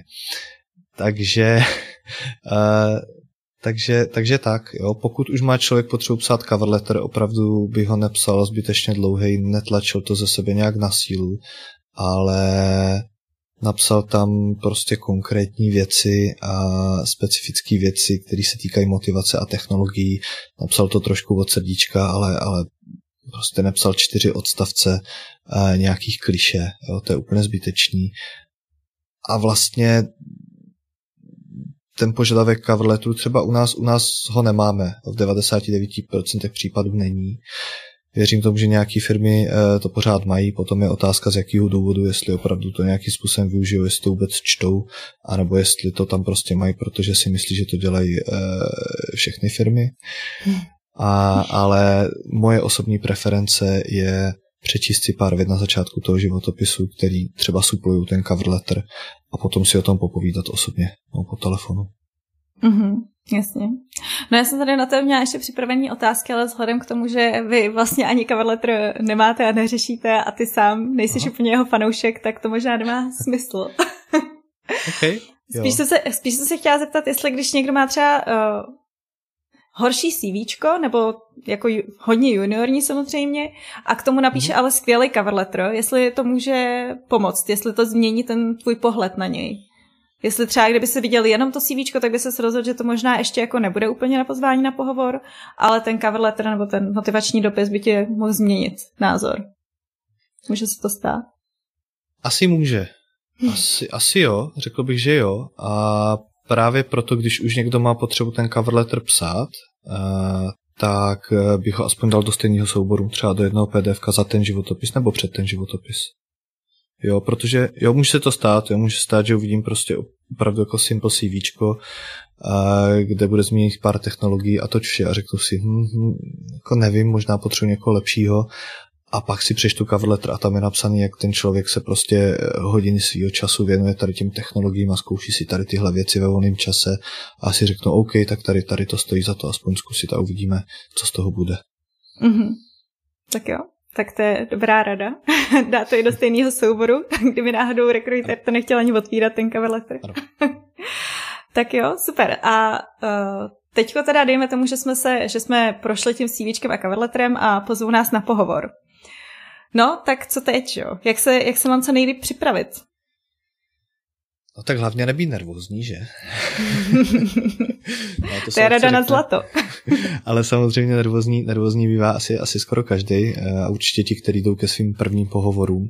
Speaker 2: Takže tak, jo, pokud už má člověk potřebu psát cover letter, opravdu by ho nepsal zbytečně dlouhej, netlačil to ze sebe nějak na sílu, ale napsal tam prostě konkrétní věci a specifické věci, které se týkají motivace a technologií. Napsal to trošku od srdíčka, ale prostě nepsal 4 odstavce nějakých klišé, jo, to je úplně zbytečný. A vlastně ten požadavek cover letteru třeba u nás ho nemáme, v 99% případů není. Věřím tomu, že nějaké firmy to pořád mají, potom je otázka z jakého důvodu, jestli opravdu to nějakým způsobem využijou, jestli to vůbec čtou, anebo jestli to tam prostě mají, protože si myslí, že to dělají všechny firmy. Ale moje osobní preference je přečíst si pár vět na začátku toho životopisu, který třeba suplují ten cover letter a potom si o tom popovídat osobně, po telefonu.
Speaker 1: Jasně. No já jsem tady na to měla ještě připravené otázky, ale vzhledem k tomu, že vy vlastně ani cover letter nemáte a neřešíte a ty sám nejsi úplně jeho fanoušek, tak to možná nemá smysl.
Speaker 2: Okay,
Speaker 1: spíš jsem se chtěla zeptat, jestli když někdo má třeba horší CVčko, nebo jako hodně juniorní samozřejmě, a k tomu napíše ale skvělý cover letter, jestli to může pomoct, jestli to změní ten tvůj pohled na něj. Jestli třeba, kdyby se viděl jenom to CVčko, tak by se rozhodl, že to možná ještě jako nebude úplně na pozvání na pohovor, ale ten cover letter nebo ten motivační dopis by ti mohl změnit názor. Může se to stát?
Speaker 2: Asi může. Asi jo, řekl bych, že jo. A právě proto, když už někdo má potřebu ten cover letter psát, tak bych ho aspoň dal do stejného souboru, třeba do jednoho PDF za ten životopis nebo před ten životopis. Jo, protože může se to stát, může stát, že uvidím prostě opravdu jako simple CVčko, kde bude zmínit pár technologií a toť vše a řeknu si, jako nevím, možná potřebuji někoho lepšího a pak si přečtu cover letter a tam je napsaný, jak ten člověk se prostě hodiny svýho času věnuje tady těm technologiím a zkouší si tady tyhle věci ve volném čase a si řeknu, OK, tak tady to stojí za to aspoň zkusit a uvidíme, co z toho bude.
Speaker 1: Tak jo. Tak to je dobrá rada. Dá to i do stejného souboru, kdyby náhodou rekruter to nechtěl ani otvírat, ten cover letter. Tak jo, super. A teďko teda dejme tomu, že jsme prošli tím CVčkem a cover letterem a pozvou nás na pohovor. No, tak co teď, jo? Jak se mám co nejlíp připravit?
Speaker 2: No tak hlavně nebýt nervózní, že?
Speaker 1: No, to je rada na zlato.
Speaker 2: Ale samozřejmě nervózní bývá asi skoro každý a určitě ti, kteří jdou ke svým prvním pohovorům.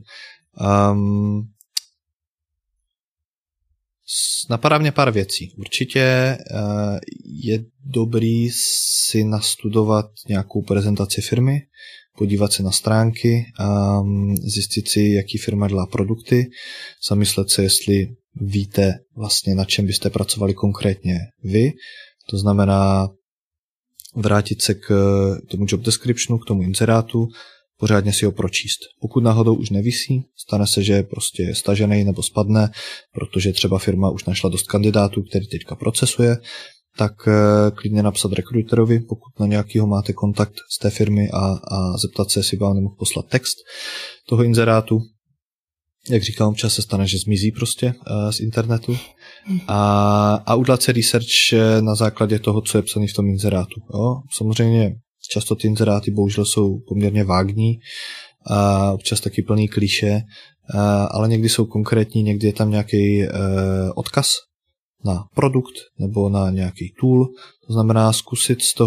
Speaker 2: Napadá mě pár věcí. Určitě je dobrý si nastudovat nějakou prezentaci firmy, podívat se na stránky, zjistit si, jaký firma dělá produkty, zamyslet se, jestli víte vlastně, na čem byste pracovali konkrétně vy. To znamená vrátit se k tomu job descriptionu, k tomu inzerátu, pořádně si ho pročíst. Pokud náhodou už nevisí, stane se, že prostě je stažený nebo spadne, protože třeba firma už našla dost kandidátů, který teďka procesuje, tak klidně napsat rekruterovi, pokud na nějakýho máte kontakt z té firmy a zeptat se, jestli by vám nemohl poslat text toho inzerátu. Jak říkám, občas se stane, že zmizí prostě z internetu a udělat se research na základě toho, co je psaný v tom inzerátu. Jo? Samozřejmě často ty inzeráty bohužel jsou poměrně vágní a občas taky plný klišé, ale někdy jsou konkrétní, někdy je tam nějaký odkaz na produkt nebo na nějaký tool. To znamená zkusit z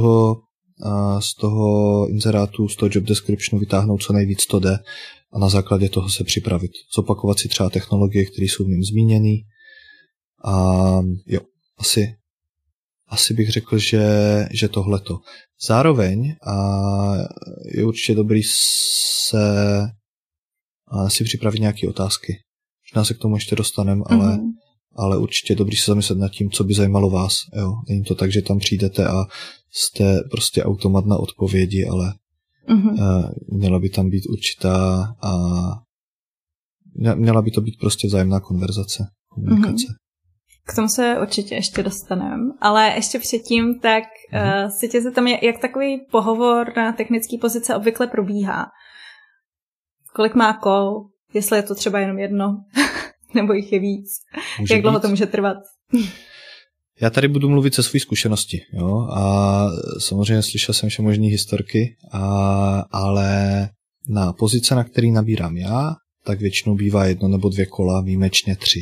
Speaker 2: toho inzerátu, z toho job descriptionu vytáhnout co nejvíc to jde a na základě toho se připravit. Zopakovat si třeba technologie, které jsou v něm zmíněný. A jo, asi bych řekl, že tohleto. Zároveň je určitě dobrý si připravit nějaké otázky. Možná se k tomu ještě dostaneme, ale určitě dobrý se zamyslet nad tím, co by zajímalo vás. Jo? Není to tak, že tam přijdete a jste prostě automat na odpovědi, ale měla by tam být měla by to být prostě vzájemná konverzace, komunikace.
Speaker 1: K tomu se určitě ještě dostaneme, ale ještě předtím, tak se tě zeptám, jak takový pohovor na technické pozice obvykle probíhá? Kolik má kol? Jestli je to třeba jenom jedno, nebo jich je víc? Jak dlouho to může trvat?
Speaker 2: Já tady budu mluvit ze své zkušenosti, jo, a samozřejmě slyšel jsem vše možný historky, ale na pozice, na který nabírám já, tak většinou bývá 1 nebo 2 kola, výjimečně 3.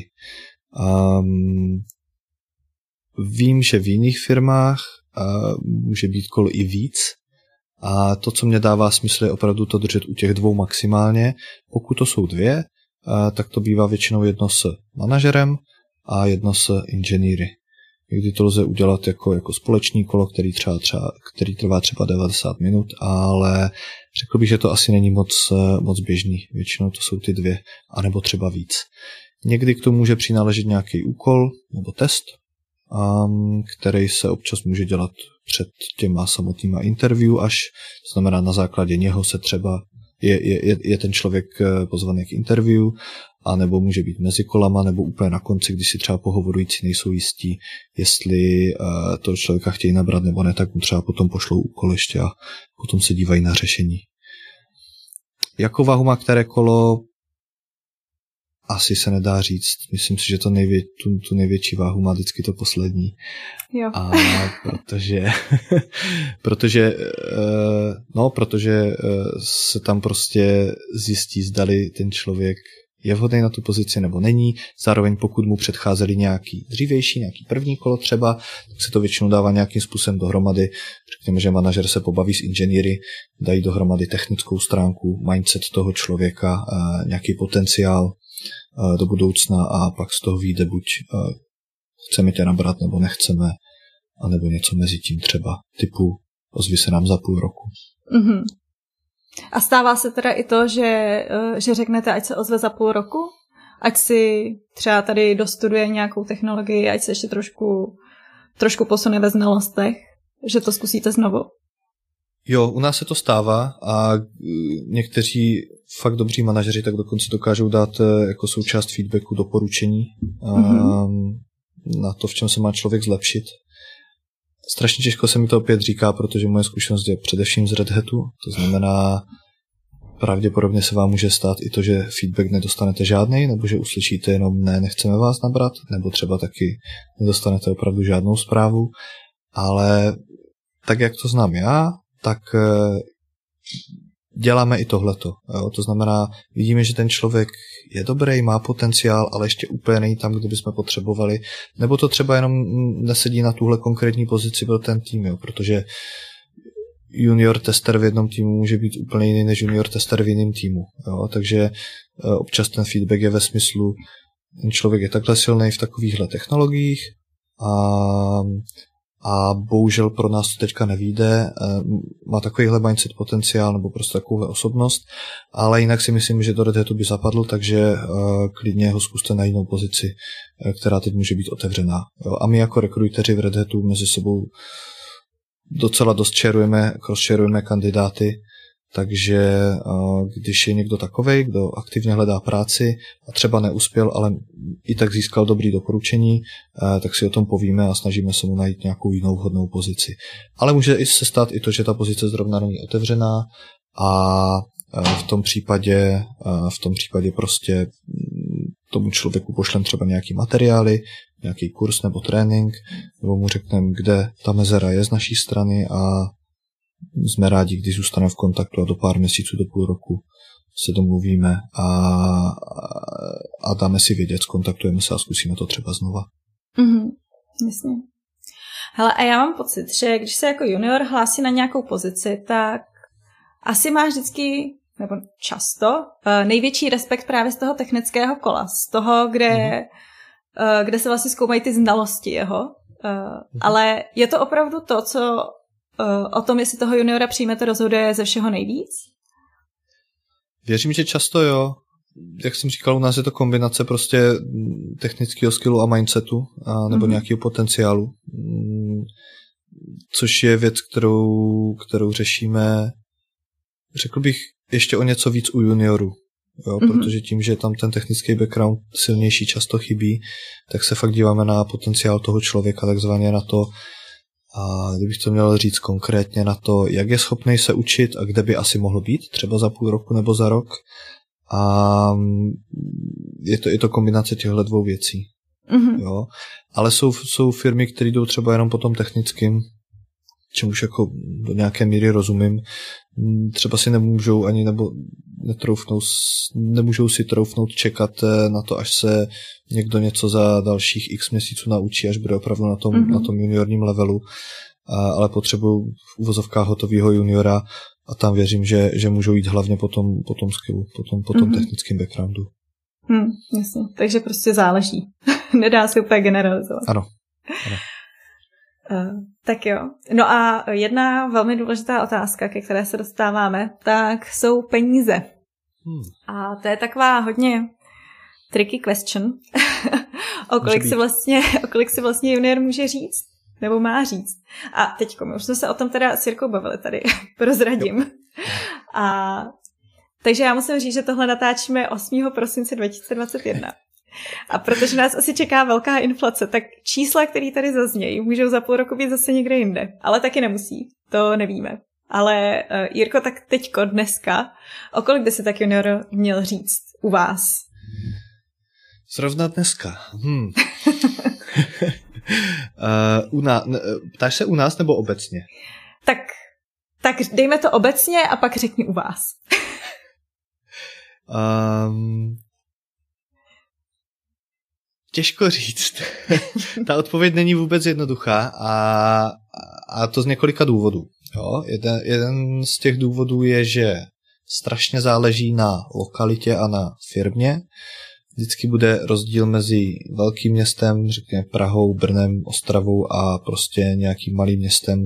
Speaker 2: Vím, že v jiných firmách může být kol i víc a to, co mě dává smysl, je opravdu to držet u těch 2 maximálně. Pokud to jsou 2, tak to bývá většinou 1 s manažerem a 1 s inženýry. Někdy to lze udělat jako společný kolo, který trvá třeba 90 minut, ale řekl bych, že to asi není moc běžný. Většinou to jsou ty 2, anebo třeba víc. Někdy k tomu může přináležet nějaký úkol nebo test, který se občas může dělat před těma samotnýma interview, to znamená na základě něho se třeba je ten člověk pozvaný k interview, a nebo může být mezi kolama, nebo úplně na konci, když si třeba pohovorující nejsou jistí, jestli toho člověka chtějí nabrat nebo ne, tak mu třeba potom pošlou úkol ještě a potom se dívají na řešení. Jakou váhu má které kolo? Asi se nedá říct. Myslím si, že tu největší váhu má vždycky to poslední.
Speaker 1: Jo.
Speaker 2: A protože se tam prostě zjistí, zdali ten člověk je vhodný na tu pozici nebo není. Zároveň pokud mu předcházeli nějaký první kolo třeba, tak se to většinou dává nějakým způsobem dohromady. Řekněme, že manažer se pobaví s inženýry, dají dohromady technickou stránku, mindset toho člověka, nějaký potenciál do budoucna a pak z toho vyjde buď chceme tě nabrat nebo nechceme, anebo něco mezi tím třeba typu ozvi se nám za půl roku.
Speaker 1: Mm-hmm. A stává se teda i to, že řeknete, ať se ozve za půl roku? Ať si třeba tady dostuduje nějakou technologii, ať se ještě trošku posune ve znalostech, že to zkusíte znovu?
Speaker 2: Jo, u nás se to stává a někteří fakt dobří manažeři tak dokonce dokážou dát jako součást feedbacku doporučení na to, v čem se má člověk zlepšit. Strašně těžko se mi to opět říká, protože moje zkušenost je především z Red Hatu. To znamená, pravděpodobně se vám může stát i to, že feedback nedostanete žádnej, nebo že uslyšíte jenom nechceme vás nabrat, nebo třeba taky nedostanete opravdu žádnou zprávu. Ale tak, jak to znám já, tak děláme i tohleto. Jo? To znamená, vidíme, že ten člověk je dobrý, má potenciál, ale ještě úplně není tam, kde bychom potřebovali. Nebo to třeba jenom nesedí na tuhle konkrétní pozici pro ten tým, jo? Protože junior tester v jednom týmu může být úplně jiný než junior tester v jiném týmu. Jo? Takže občas ten feedback je ve smyslu, ten člověk je takhle silný v takovýchhle technologiích a bohužel pro nás to teďka nevyjde, má takovýhle mindset potenciál nebo prostě takovouhle osobnost, ale jinak si myslím, že do Red Hatu by zapadl, takže klidně ho zkuste na jinou pozici, která teď může být otevřená. Jo? A my jako rekruteři v Red Hatu mezi sebou docela dost cross-sharujeme kandidáty, takže když je někdo takovej, kdo aktivně hledá práci a třeba neuspěl, ale i tak získal dobrý doporučení, tak si o tom povíme a snažíme se mu najít nějakou jinou vhodnou pozici. Ale může i se stát i to, že ta pozice zrovna není otevřená a v tom případě prostě tomu člověku pošlem třeba nějaký materiály, nějaký kurz nebo trénink, nebo mu řekneme, kde ta mezera je z naší strany a jsme rádi, když zůstaneme v kontaktu a do pár měsíců, do půl roku se domluvíme a dáme si vědět, skontaktujeme se a zkusíme to třeba znova.
Speaker 1: Mm-hmm. Jasně. Hele, a já mám pocit, že když se jako junior hlásí na nějakou pozici, tak asi máš vždycky, nebo často, největší respekt právě z toho technického kola, z toho, kde se vlastně zkoumají ty znalosti jeho. Ale je to opravdu to, co o tom, jestli toho juniora přijmete, rozhoduje ze všeho nejvíc?
Speaker 2: Věřím, že často jo. Jak jsem říkal, u nás je to kombinace prostě technického skillu a mindsetu, nebo nějakého potenciálu, což je věc, kterou řešíme, řekl bych, ještě o něco víc u juniorů. Jo, protože tím, že tam ten technický background silnější často chybí, tak se fakt díváme na potenciál toho člověka, takzvaně na to, a kdybych to měl říct konkrétně, na to, jak je schopný se učit a kde by asi mohl být, třeba za půl roku nebo za rok. A je to kombinace těchto dvou věcí. Jo. Ale jsou firmy, které jdou třeba jenom po tom technickým, čemuž jako do nějaké míry rozumím. Třeba si nemůžou ani nemůžou si troufnout čekat na to, až se někdo něco za dalších x měsíců naučí, až bude opravdu na tom juniorním levelu. Ale potřebují v uvozovkách hotovýho juniora a tam věřím, že můžou jít hlavně po tom skillu, po tom technickém backgroundu.
Speaker 1: Jasně, takže prostě záleží. Nedá se úplně generalizovat.
Speaker 2: Ano.
Speaker 1: Tak jo. No a jedna velmi důležitá otázka, ke které se dostáváme, tak jsou peníze. A to je taková hodně tricky question. o kolik si vlastně junior může říct? Nebo má říct. A teďko, my už jsme se o tom teda s Jirkou bavili tady, prozradím. Takže já musím říct, že tohle natáčíme 8. prosince 2021. A protože nás asi čeká velká inflace, tak čísla, které tady zaznějí, můžou za půl roku být zase někde jinde. Ale taky nemusí, to nevíme. Ale Jirko, tak teďko, dneska, o kolik by si tak junior měl říct u vás?
Speaker 2: Zrovna dneska. Ptáš se u nás nebo obecně?
Speaker 1: Tak dejme to obecně a pak řekni u vás.
Speaker 2: Těžko říct. Ta odpověď není vůbec jednoduchá a to z několika důvodů. Jo? Jeden z těch důvodů je, že strašně záleží na lokalitě a na firmě. Vždycky bude rozdíl mezi velkým městem, řekněme Prahou, Brnem, Ostravou a prostě nějakým malým městem,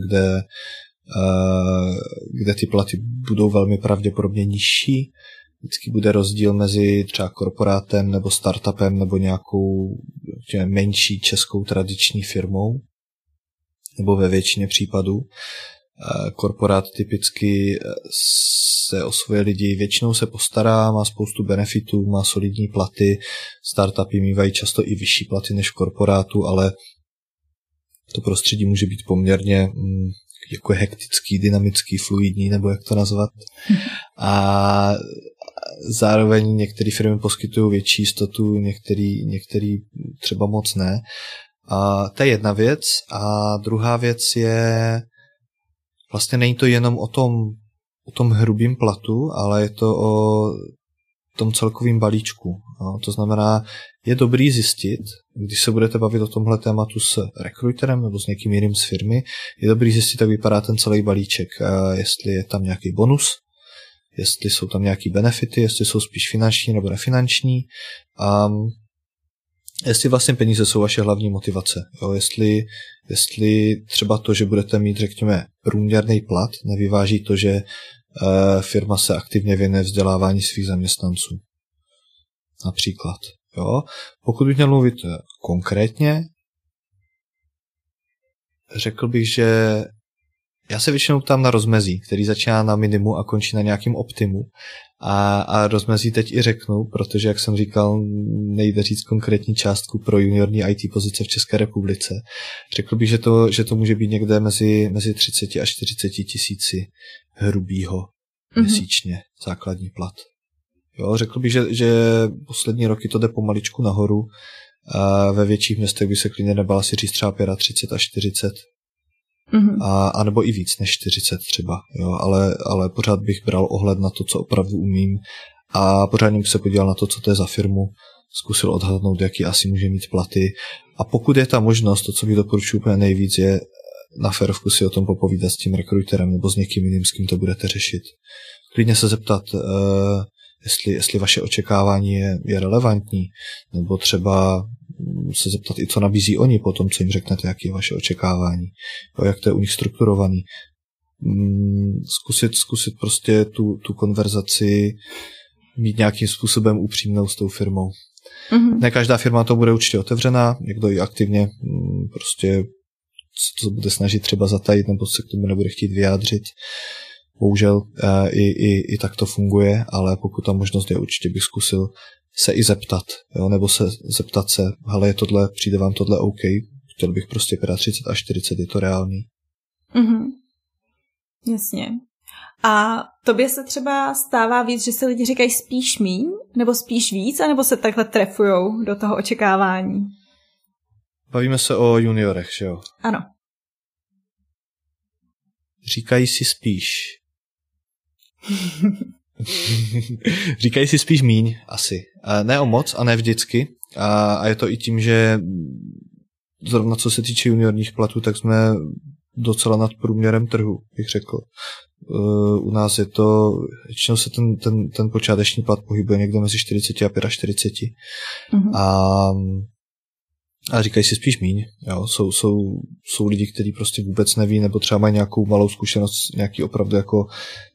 Speaker 2: kde ty platy budou velmi pravděpodobně nižší. Vždycky bude rozdíl mezi třeba korporátem nebo startupem nebo nějakou menší českou tradiční firmou, nebo ve většině případů. Korporát typicky se o svoje lidi většinou se postará, má spoustu benefitů, má solidní platy, startupy mývají často i vyšší platy než v korporátu, ale to prostředí může být poměrně jako hektický, dynamický, fluidní, nebo jak to nazvat. A zároveň některé firmy poskytují větší jistotu, některý třeba moc ne. A to je jedna věc. A druhá věc je, vlastně není to jenom o tom hrubým platu, ale je to o tom celkovým balíčku. No, to znamená, je dobrý zjistit, když se budete bavit o tomhle tématu s rekruterem nebo s někým jiným z firmy, je dobrý zjistit, jak vypadá ten celý balíček. Jestli je tam nějaký bonus, jestli jsou tam nějaký benefity, jestli jsou spíš finanční nebo nefinanční. Jestli vlastně peníze jsou vaše hlavní motivace. Jo? Jestli třeba to, že budete mít, řekněme, průměrný plat, nevyváží to, že firma se aktivně věnuje vzdělávání svých zaměstnanců. Například. Jo? Pokud bych měl mluvit konkrétně, řekl bych, že já se většinou ptám na rozmezí, který začíná na minimu a končí na nějakým optimu. A rozmezí teď i řeknu, protože, jak jsem říkal, nejde říct konkrétní částku pro juniorní IT pozice v České republice. Řekl bych, že to může být někde mezi 30 a 40 tisíci hrubýho měsíčně základní plat. Jo, řekl bych, že poslední roky to jde pomaličku nahoru. A ve větších městech by se klidně nebala si říct třeba 35 až 40. A nebo i víc než 40 třeba, jo, ale pořád bych bral ohled na to, co opravdu umím a pořádně bych se podíval na to, co to je za firmu, zkusil odhadnout, jaký asi může mít platy. A pokud je ta možnost, to, co bych doporučuji úplně nejvíc, je na férovku si o tom popovídat s tím rekruterem nebo s někým jiným, s kým to budete řešit. Klidně se zeptat, jestli vaše očekávání je relevantní, nebo třeba se zeptat i, co nabízí oni po tom, co jim řeknete, jaký je vaše očekávání, jak to je u nich strukturovaný. Zkusit prostě tu konverzaci mít nějakým způsobem upřímnou s tou firmou. Mm-hmm. Ne každá firma to bude určitě otevřená, někdo i aktivně prostě to bude snažit třeba zatajit, nebo se k tomu nebude chtít vyjádřit. Bohužel i tak to funguje, ale pokud ta možnost je, určitě bych zkusil se i zeptat, jo? Nebo se zeptat se, hele, je tohle, přijde vám tohle OK, chtěl bych prostě 35 až 40, je to reálný.
Speaker 1: Mhm. Jasně. A tobě se třeba stává víc, že si lidi říkají spíš míň, nebo spíš víc, anebo se takhle trefujou do toho očekávání?
Speaker 2: Bavíme se o juniorech, že jo?
Speaker 1: Ano.
Speaker 2: Říkají si spíš. Říkají si spíš míň, asi. Ne o moc a ne vždycky. A je to i tím, že zrovna co se týče juniorních platů, tak jsme docela nad průměrem trhu, bych řekl. U nás je to, většinou se ten počáteční plat pohybuje někde mezi 40 a 45. Mm-hmm. A říkají si spíš míň. Jo. Jsou lidi, kteří prostě vůbec neví, nebo třeba mají nějakou malou zkušenost, nějaký opravdu jako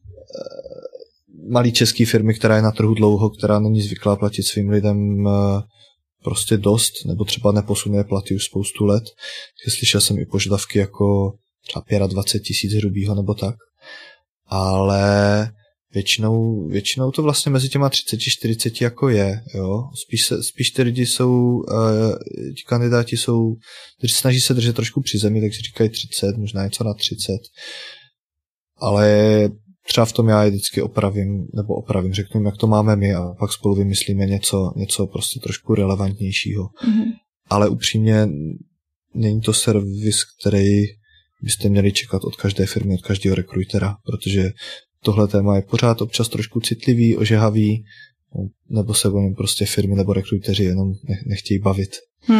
Speaker 2: malý český firmy, která je na trhu dlouho, která není zvyklá platit svým lidem prostě dost, nebo třeba neposunuje platy už spoustu let. Slyšel jsem i požadavky jako třeba 25 000 hrubýho nebo tak. Ale většinou to vlastně mezi těma 30-40 jako je, jo. Spíš ty lidi jsou, ti kandidáti jsou, snaží se držet trošku při zemi, takže říkají 30, možná něco na 30. Ale třeba v tom já je vždycky opravím, řeknu jim, jak to máme my a pak spolu vymyslíme něco prostě trošku relevantnějšího. Mm-hmm. Ale upřímně není to servis, který byste měli čekat od každé firmy, od každého rekrutera, protože tohle téma je pořád občas trošku citlivý, ožehavý, nebo se o něm prostě firmy nebo rekruteři jenom nechtějí bavit.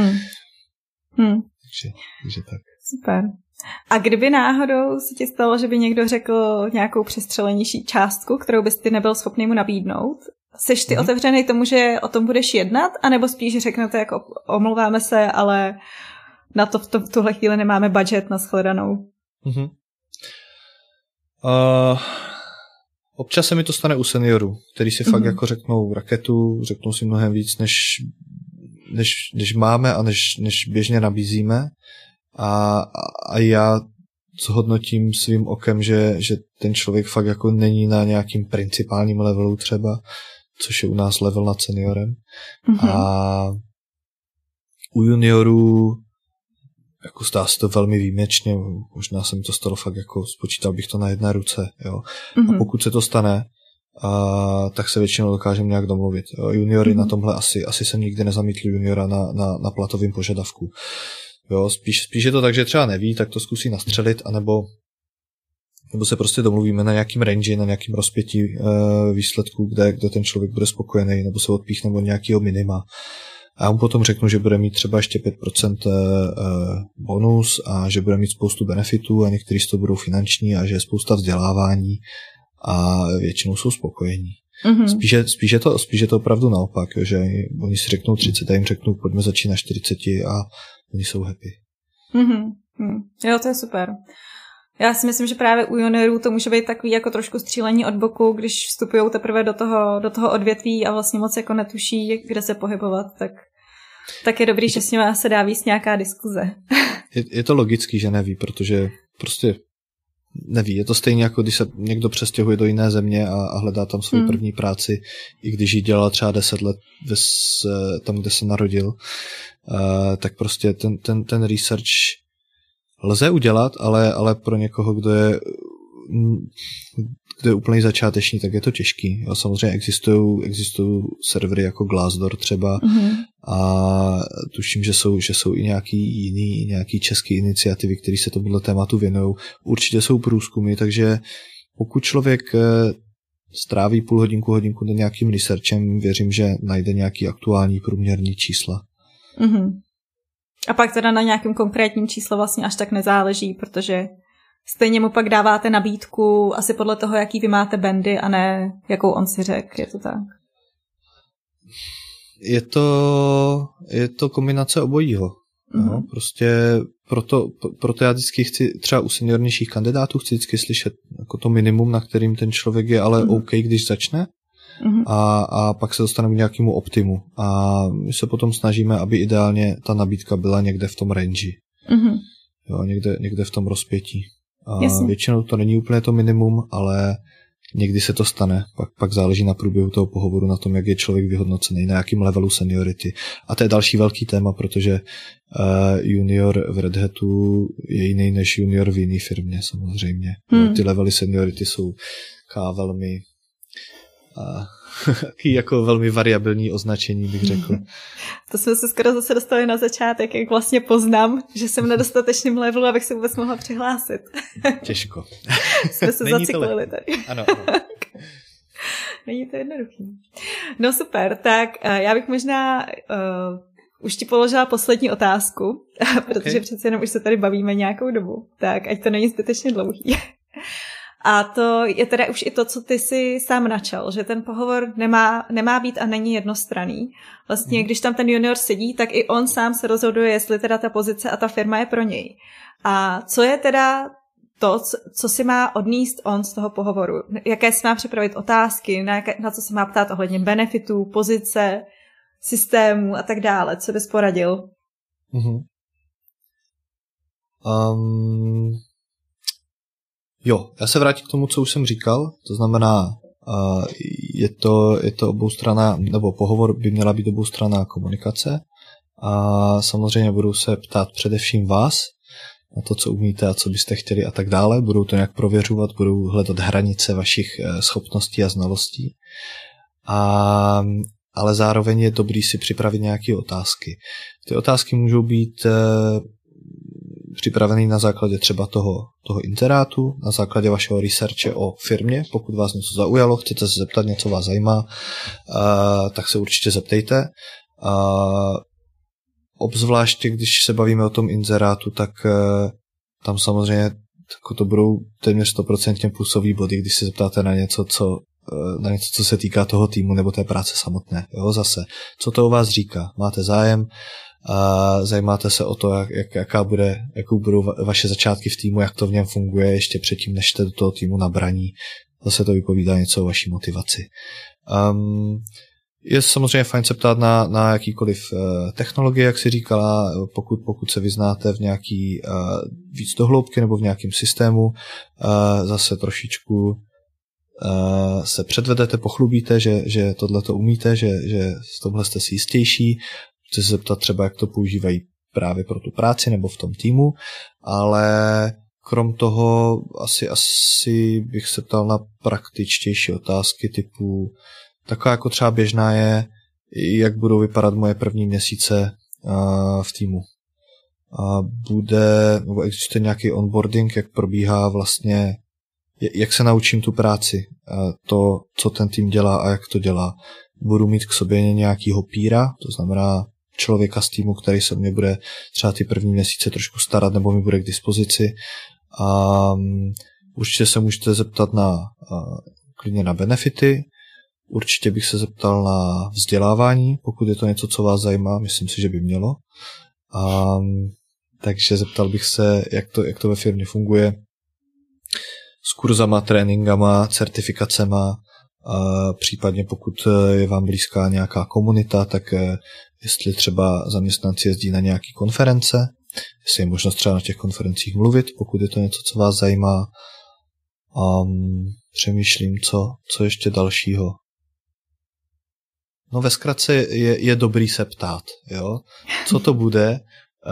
Speaker 2: Takže tak.
Speaker 1: Super. A kdyby náhodou se ti stalo, že by někdo řekl nějakou přestřelenější částku, kterou bys ty nebyl schopný mu nabídnout, seš ty otevřený tomu, že o tom budeš jednat, anebo spíš řeknete jako omlouváme se, ale na to v tuhle chvíli nemáme budget na shledanou?
Speaker 2: Mm-hmm. Občas se mi to stane u seniorů, který si fakt jako řeknou raketu, řeknou si mnohem víc, než máme a než běžně nabízíme. A já zhodnotím svým okem, že ten člověk fakt jako není na nějakým principálním levelu třeba, což je u nás level nad seniorem. Mm-hmm. A u juniorů jako stá se to velmi výjimečně, možná se mi to stalo fakt jako, spočítal bych to na jedné ruce, jo. Mm-hmm. A pokud se to stane, tak se většinou dokážeme nějak domluvit. Juniory na tomhle asi jsem nikdy nezamítl juniora na platovým požadavku. Jo, spíš je to tak, že třeba neví, tak to zkusí nastřelit, anebo se prostě domluvíme na nějakým range, na nějakým rozpětí výsledků, kde ten člověk bude spokojený, nebo se odpíchne od nějakého minima. A já mu potom řeknu, že bude mít třeba ještě 5% bonus a že bude mít spoustu benefitů a některý z toho budou finanční a že je spousta vzdělávání a většinou jsou spokojení. Mm-hmm. Spíš je to opravdu naopak, že oni si řeknou 30 a jim řeknou, pojďme začít na 40 a oni jsou happy.
Speaker 1: Mm-hmm. Jo, to je super. Já si myslím, že právě u juniorů to může být takový jako trošku střílení od boku, když vstupují teprve do toho odvětví a vlastně moc jako netuší, kde se pohybovat, tak je dobrý, že s nimi se dá víc nějaká diskuze.
Speaker 2: Je to logický, že neví, protože prostě neví. Je to stejně jako když se někdo přestěhuje do jiné země a hledá tam svou první práci, i když ji dělal třeba 10 let tam, kde se narodil, tak prostě ten research lze udělat, ale pro někoho, kdo je úplný začáteční, tak je to těžký. Jo, samozřejmě existují servery jako Glassdoor třeba a tuším, že jsou i nějaký české iniciativy, které se tomuhle tématu věnují. Určitě jsou průzkumy, takže pokud člověk stráví půl hodinku nad nějakým researchem, věřím, že najde nějaký aktuální průměrný čísla.
Speaker 1: Mm-hmm. A pak teda na nějakém konkrétním čísle vlastně až tak nezáleží, protože stejně mu pak dáváte nabídku asi podle toho, jaký vy máte bandy a ne jakou on si řekl, je to tak?
Speaker 2: Je to kombinace obojího. Mm-hmm. No, prostě proto já vždycky chci, třeba u seniornějších kandidátů, chci vždycky slyšet jako to minimum, na kterým ten člověk je ale OK, když začne. Mm-hmm. A pak se dostaneme k nějakému optimu. A my se potom snažíme, aby ideálně ta nabídka byla někde v tom range. Mm-hmm. Jo, někde v tom rozpětí. A většinou to není úplně to minimum, ale někdy se to stane. Pak záleží na průběhu toho pohovoru, na tom, jak je člověk vyhodnocený, na jakým levelu seniority. A to je další velký téma, protože junior v Red Hatu je jiný než junior v jiné firmě, samozřejmě. Ty levely seniority jsou velmi jako velmi variabilní označení, bych řekl.
Speaker 1: To jsme se skoro zase dostali na začátek, jak vlastně poznám, že jsem na dostatečném levelu, abych se vůbec mohla přihlásit.
Speaker 2: Těžko.
Speaker 1: Jsme se zaciklili tady.
Speaker 2: Ano.
Speaker 1: Není to jednoduchý. No super, tak já bych možná už ti položila poslední otázku, protože přece jenom už se tady bavíme nějakou dobu, tak ať to není zbytečně dlouhý. A to je teda už i to, co ty si sám načal, že ten pohovor nemá být a není jednostranný. Vlastně, když tam ten junior sedí, tak i on sám se rozhoduje, jestli teda ta pozice a ta firma je pro něj. A co je teda to, co si má odníst on z toho pohovoru? Jaké si má připravit otázky, na co se má ptát ohledně benefitů, pozice, systému a tak dále? Co bys poradil?
Speaker 2: Jo, já se vrátím k tomu, co už jsem říkal, to znamená, je to oboustranná, nebo pohovor by měla být oboustranná komunikace a samozřejmě budou se ptát především vás na to, co umíte a co byste chtěli a tak dále, budou to nějak prověřovat, budou hledat hranice vašich schopností a znalostí, ale zároveň je dobrý si připravit nějaké otázky. Ty otázky můžou být připravený na základě třeba toho inzerátu, na základě vašeho researche o firmě. Pokud vás něco zaujalo, chcete se zeptat, něco vás zajímá, tak se určitě zeptejte. Obzvláště, když se bavíme o tom inzerátu, tak tam samozřejmě to budou téměř 100% plusový body, když se zeptáte na něco, co se týká toho týmu nebo té práce samotné. Jo, zase, co to o vás říká? Máte zájem? Zajímáte se o to, jakou budou vaše začátky v týmu, jak to v něm funguje ještě předtím, než jste do toho týmu nabraní. Zase to vypovídá něco o vaší motivaci. Je samozřejmě fajn se ptát na jakýkoliv technologie, jak si říkala, pokud se vyznáte v nějaký víc dohloubky nebo v nějakém systému, zase trošičku se předvedete, pochlubíte, že tohleto umíte, že z tohle jste si jistější. Chci se zeptat třeba, jak to používají právě pro tu práci nebo v tom týmu, ale krom toho asi bych se ptal na praktičtější otázky typu, taková jako třeba běžná je, jak budou vypadat moje první měsíce v týmu. Nebo existuje nějaký onboarding, jak probíhá vlastně, jak se naučím tu práci, to, co ten tým dělá a jak to dělá. Budu mít k sobě nějakýho píra, to znamená člověka z týmu, který se mě bude třeba ty první měsíce trošku starat nebo mi bude k dispozici. Určitě se můžete zeptat klidně na benefity, určitě bych se zeptal na vzdělávání, pokud je to něco, co vás zajímá, myslím si, že by mělo. Takže zeptal bych se, jak to ve firmě funguje s kurzama, tréninkama, certifikacema, případně pokud je vám blízká nějaká komunita, tak jestli třeba zaměstnanci jezdí na nějaké konference, jestli je možnost třeba na těch konferencích mluvit, pokud je to něco, co vás zajímá. Přemýšlím, co ještě dalšího. No ve zkratce je dobrý se ptát, jo. Co to bude,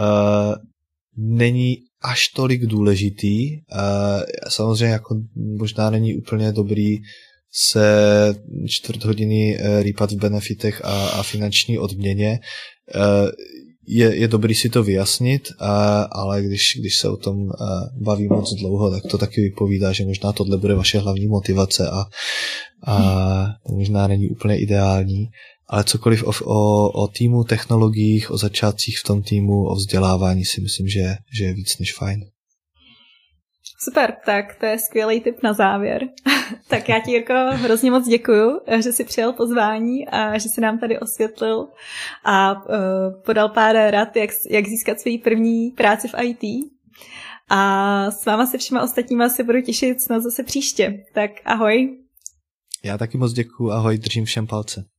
Speaker 2: není až tolik důležitý. Samozřejmě jako možná není úplně dobrý se 4 hodiny rýpat v benefitech a finanční odměně. Je dobrý si to vyjasnit, ale když se o tom baví moc dlouho, tak to taky vypovídá, že možná tohle bude vaše hlavní motivace a to možná není úplně ideální, ale cokoliv o týmu, technologiích, o začátcích v tom týmu, o vzdělávání si myslím, že je víc než fajn.
Speaker 1: Super, tak to je skvělý tip na závěr. Tak já ti, Jirko, hrozně moc děkuju, že jsi přijal pozvání a že jsi nám tady osvětlil a podal pár rad, jak získat svou první práci v IT. A s váma se všema ostatníma se budu těšit snad zase příště. Tak ahoj.
Speaker 2: Já taky moc děkuju, ahoj, držím všem palce.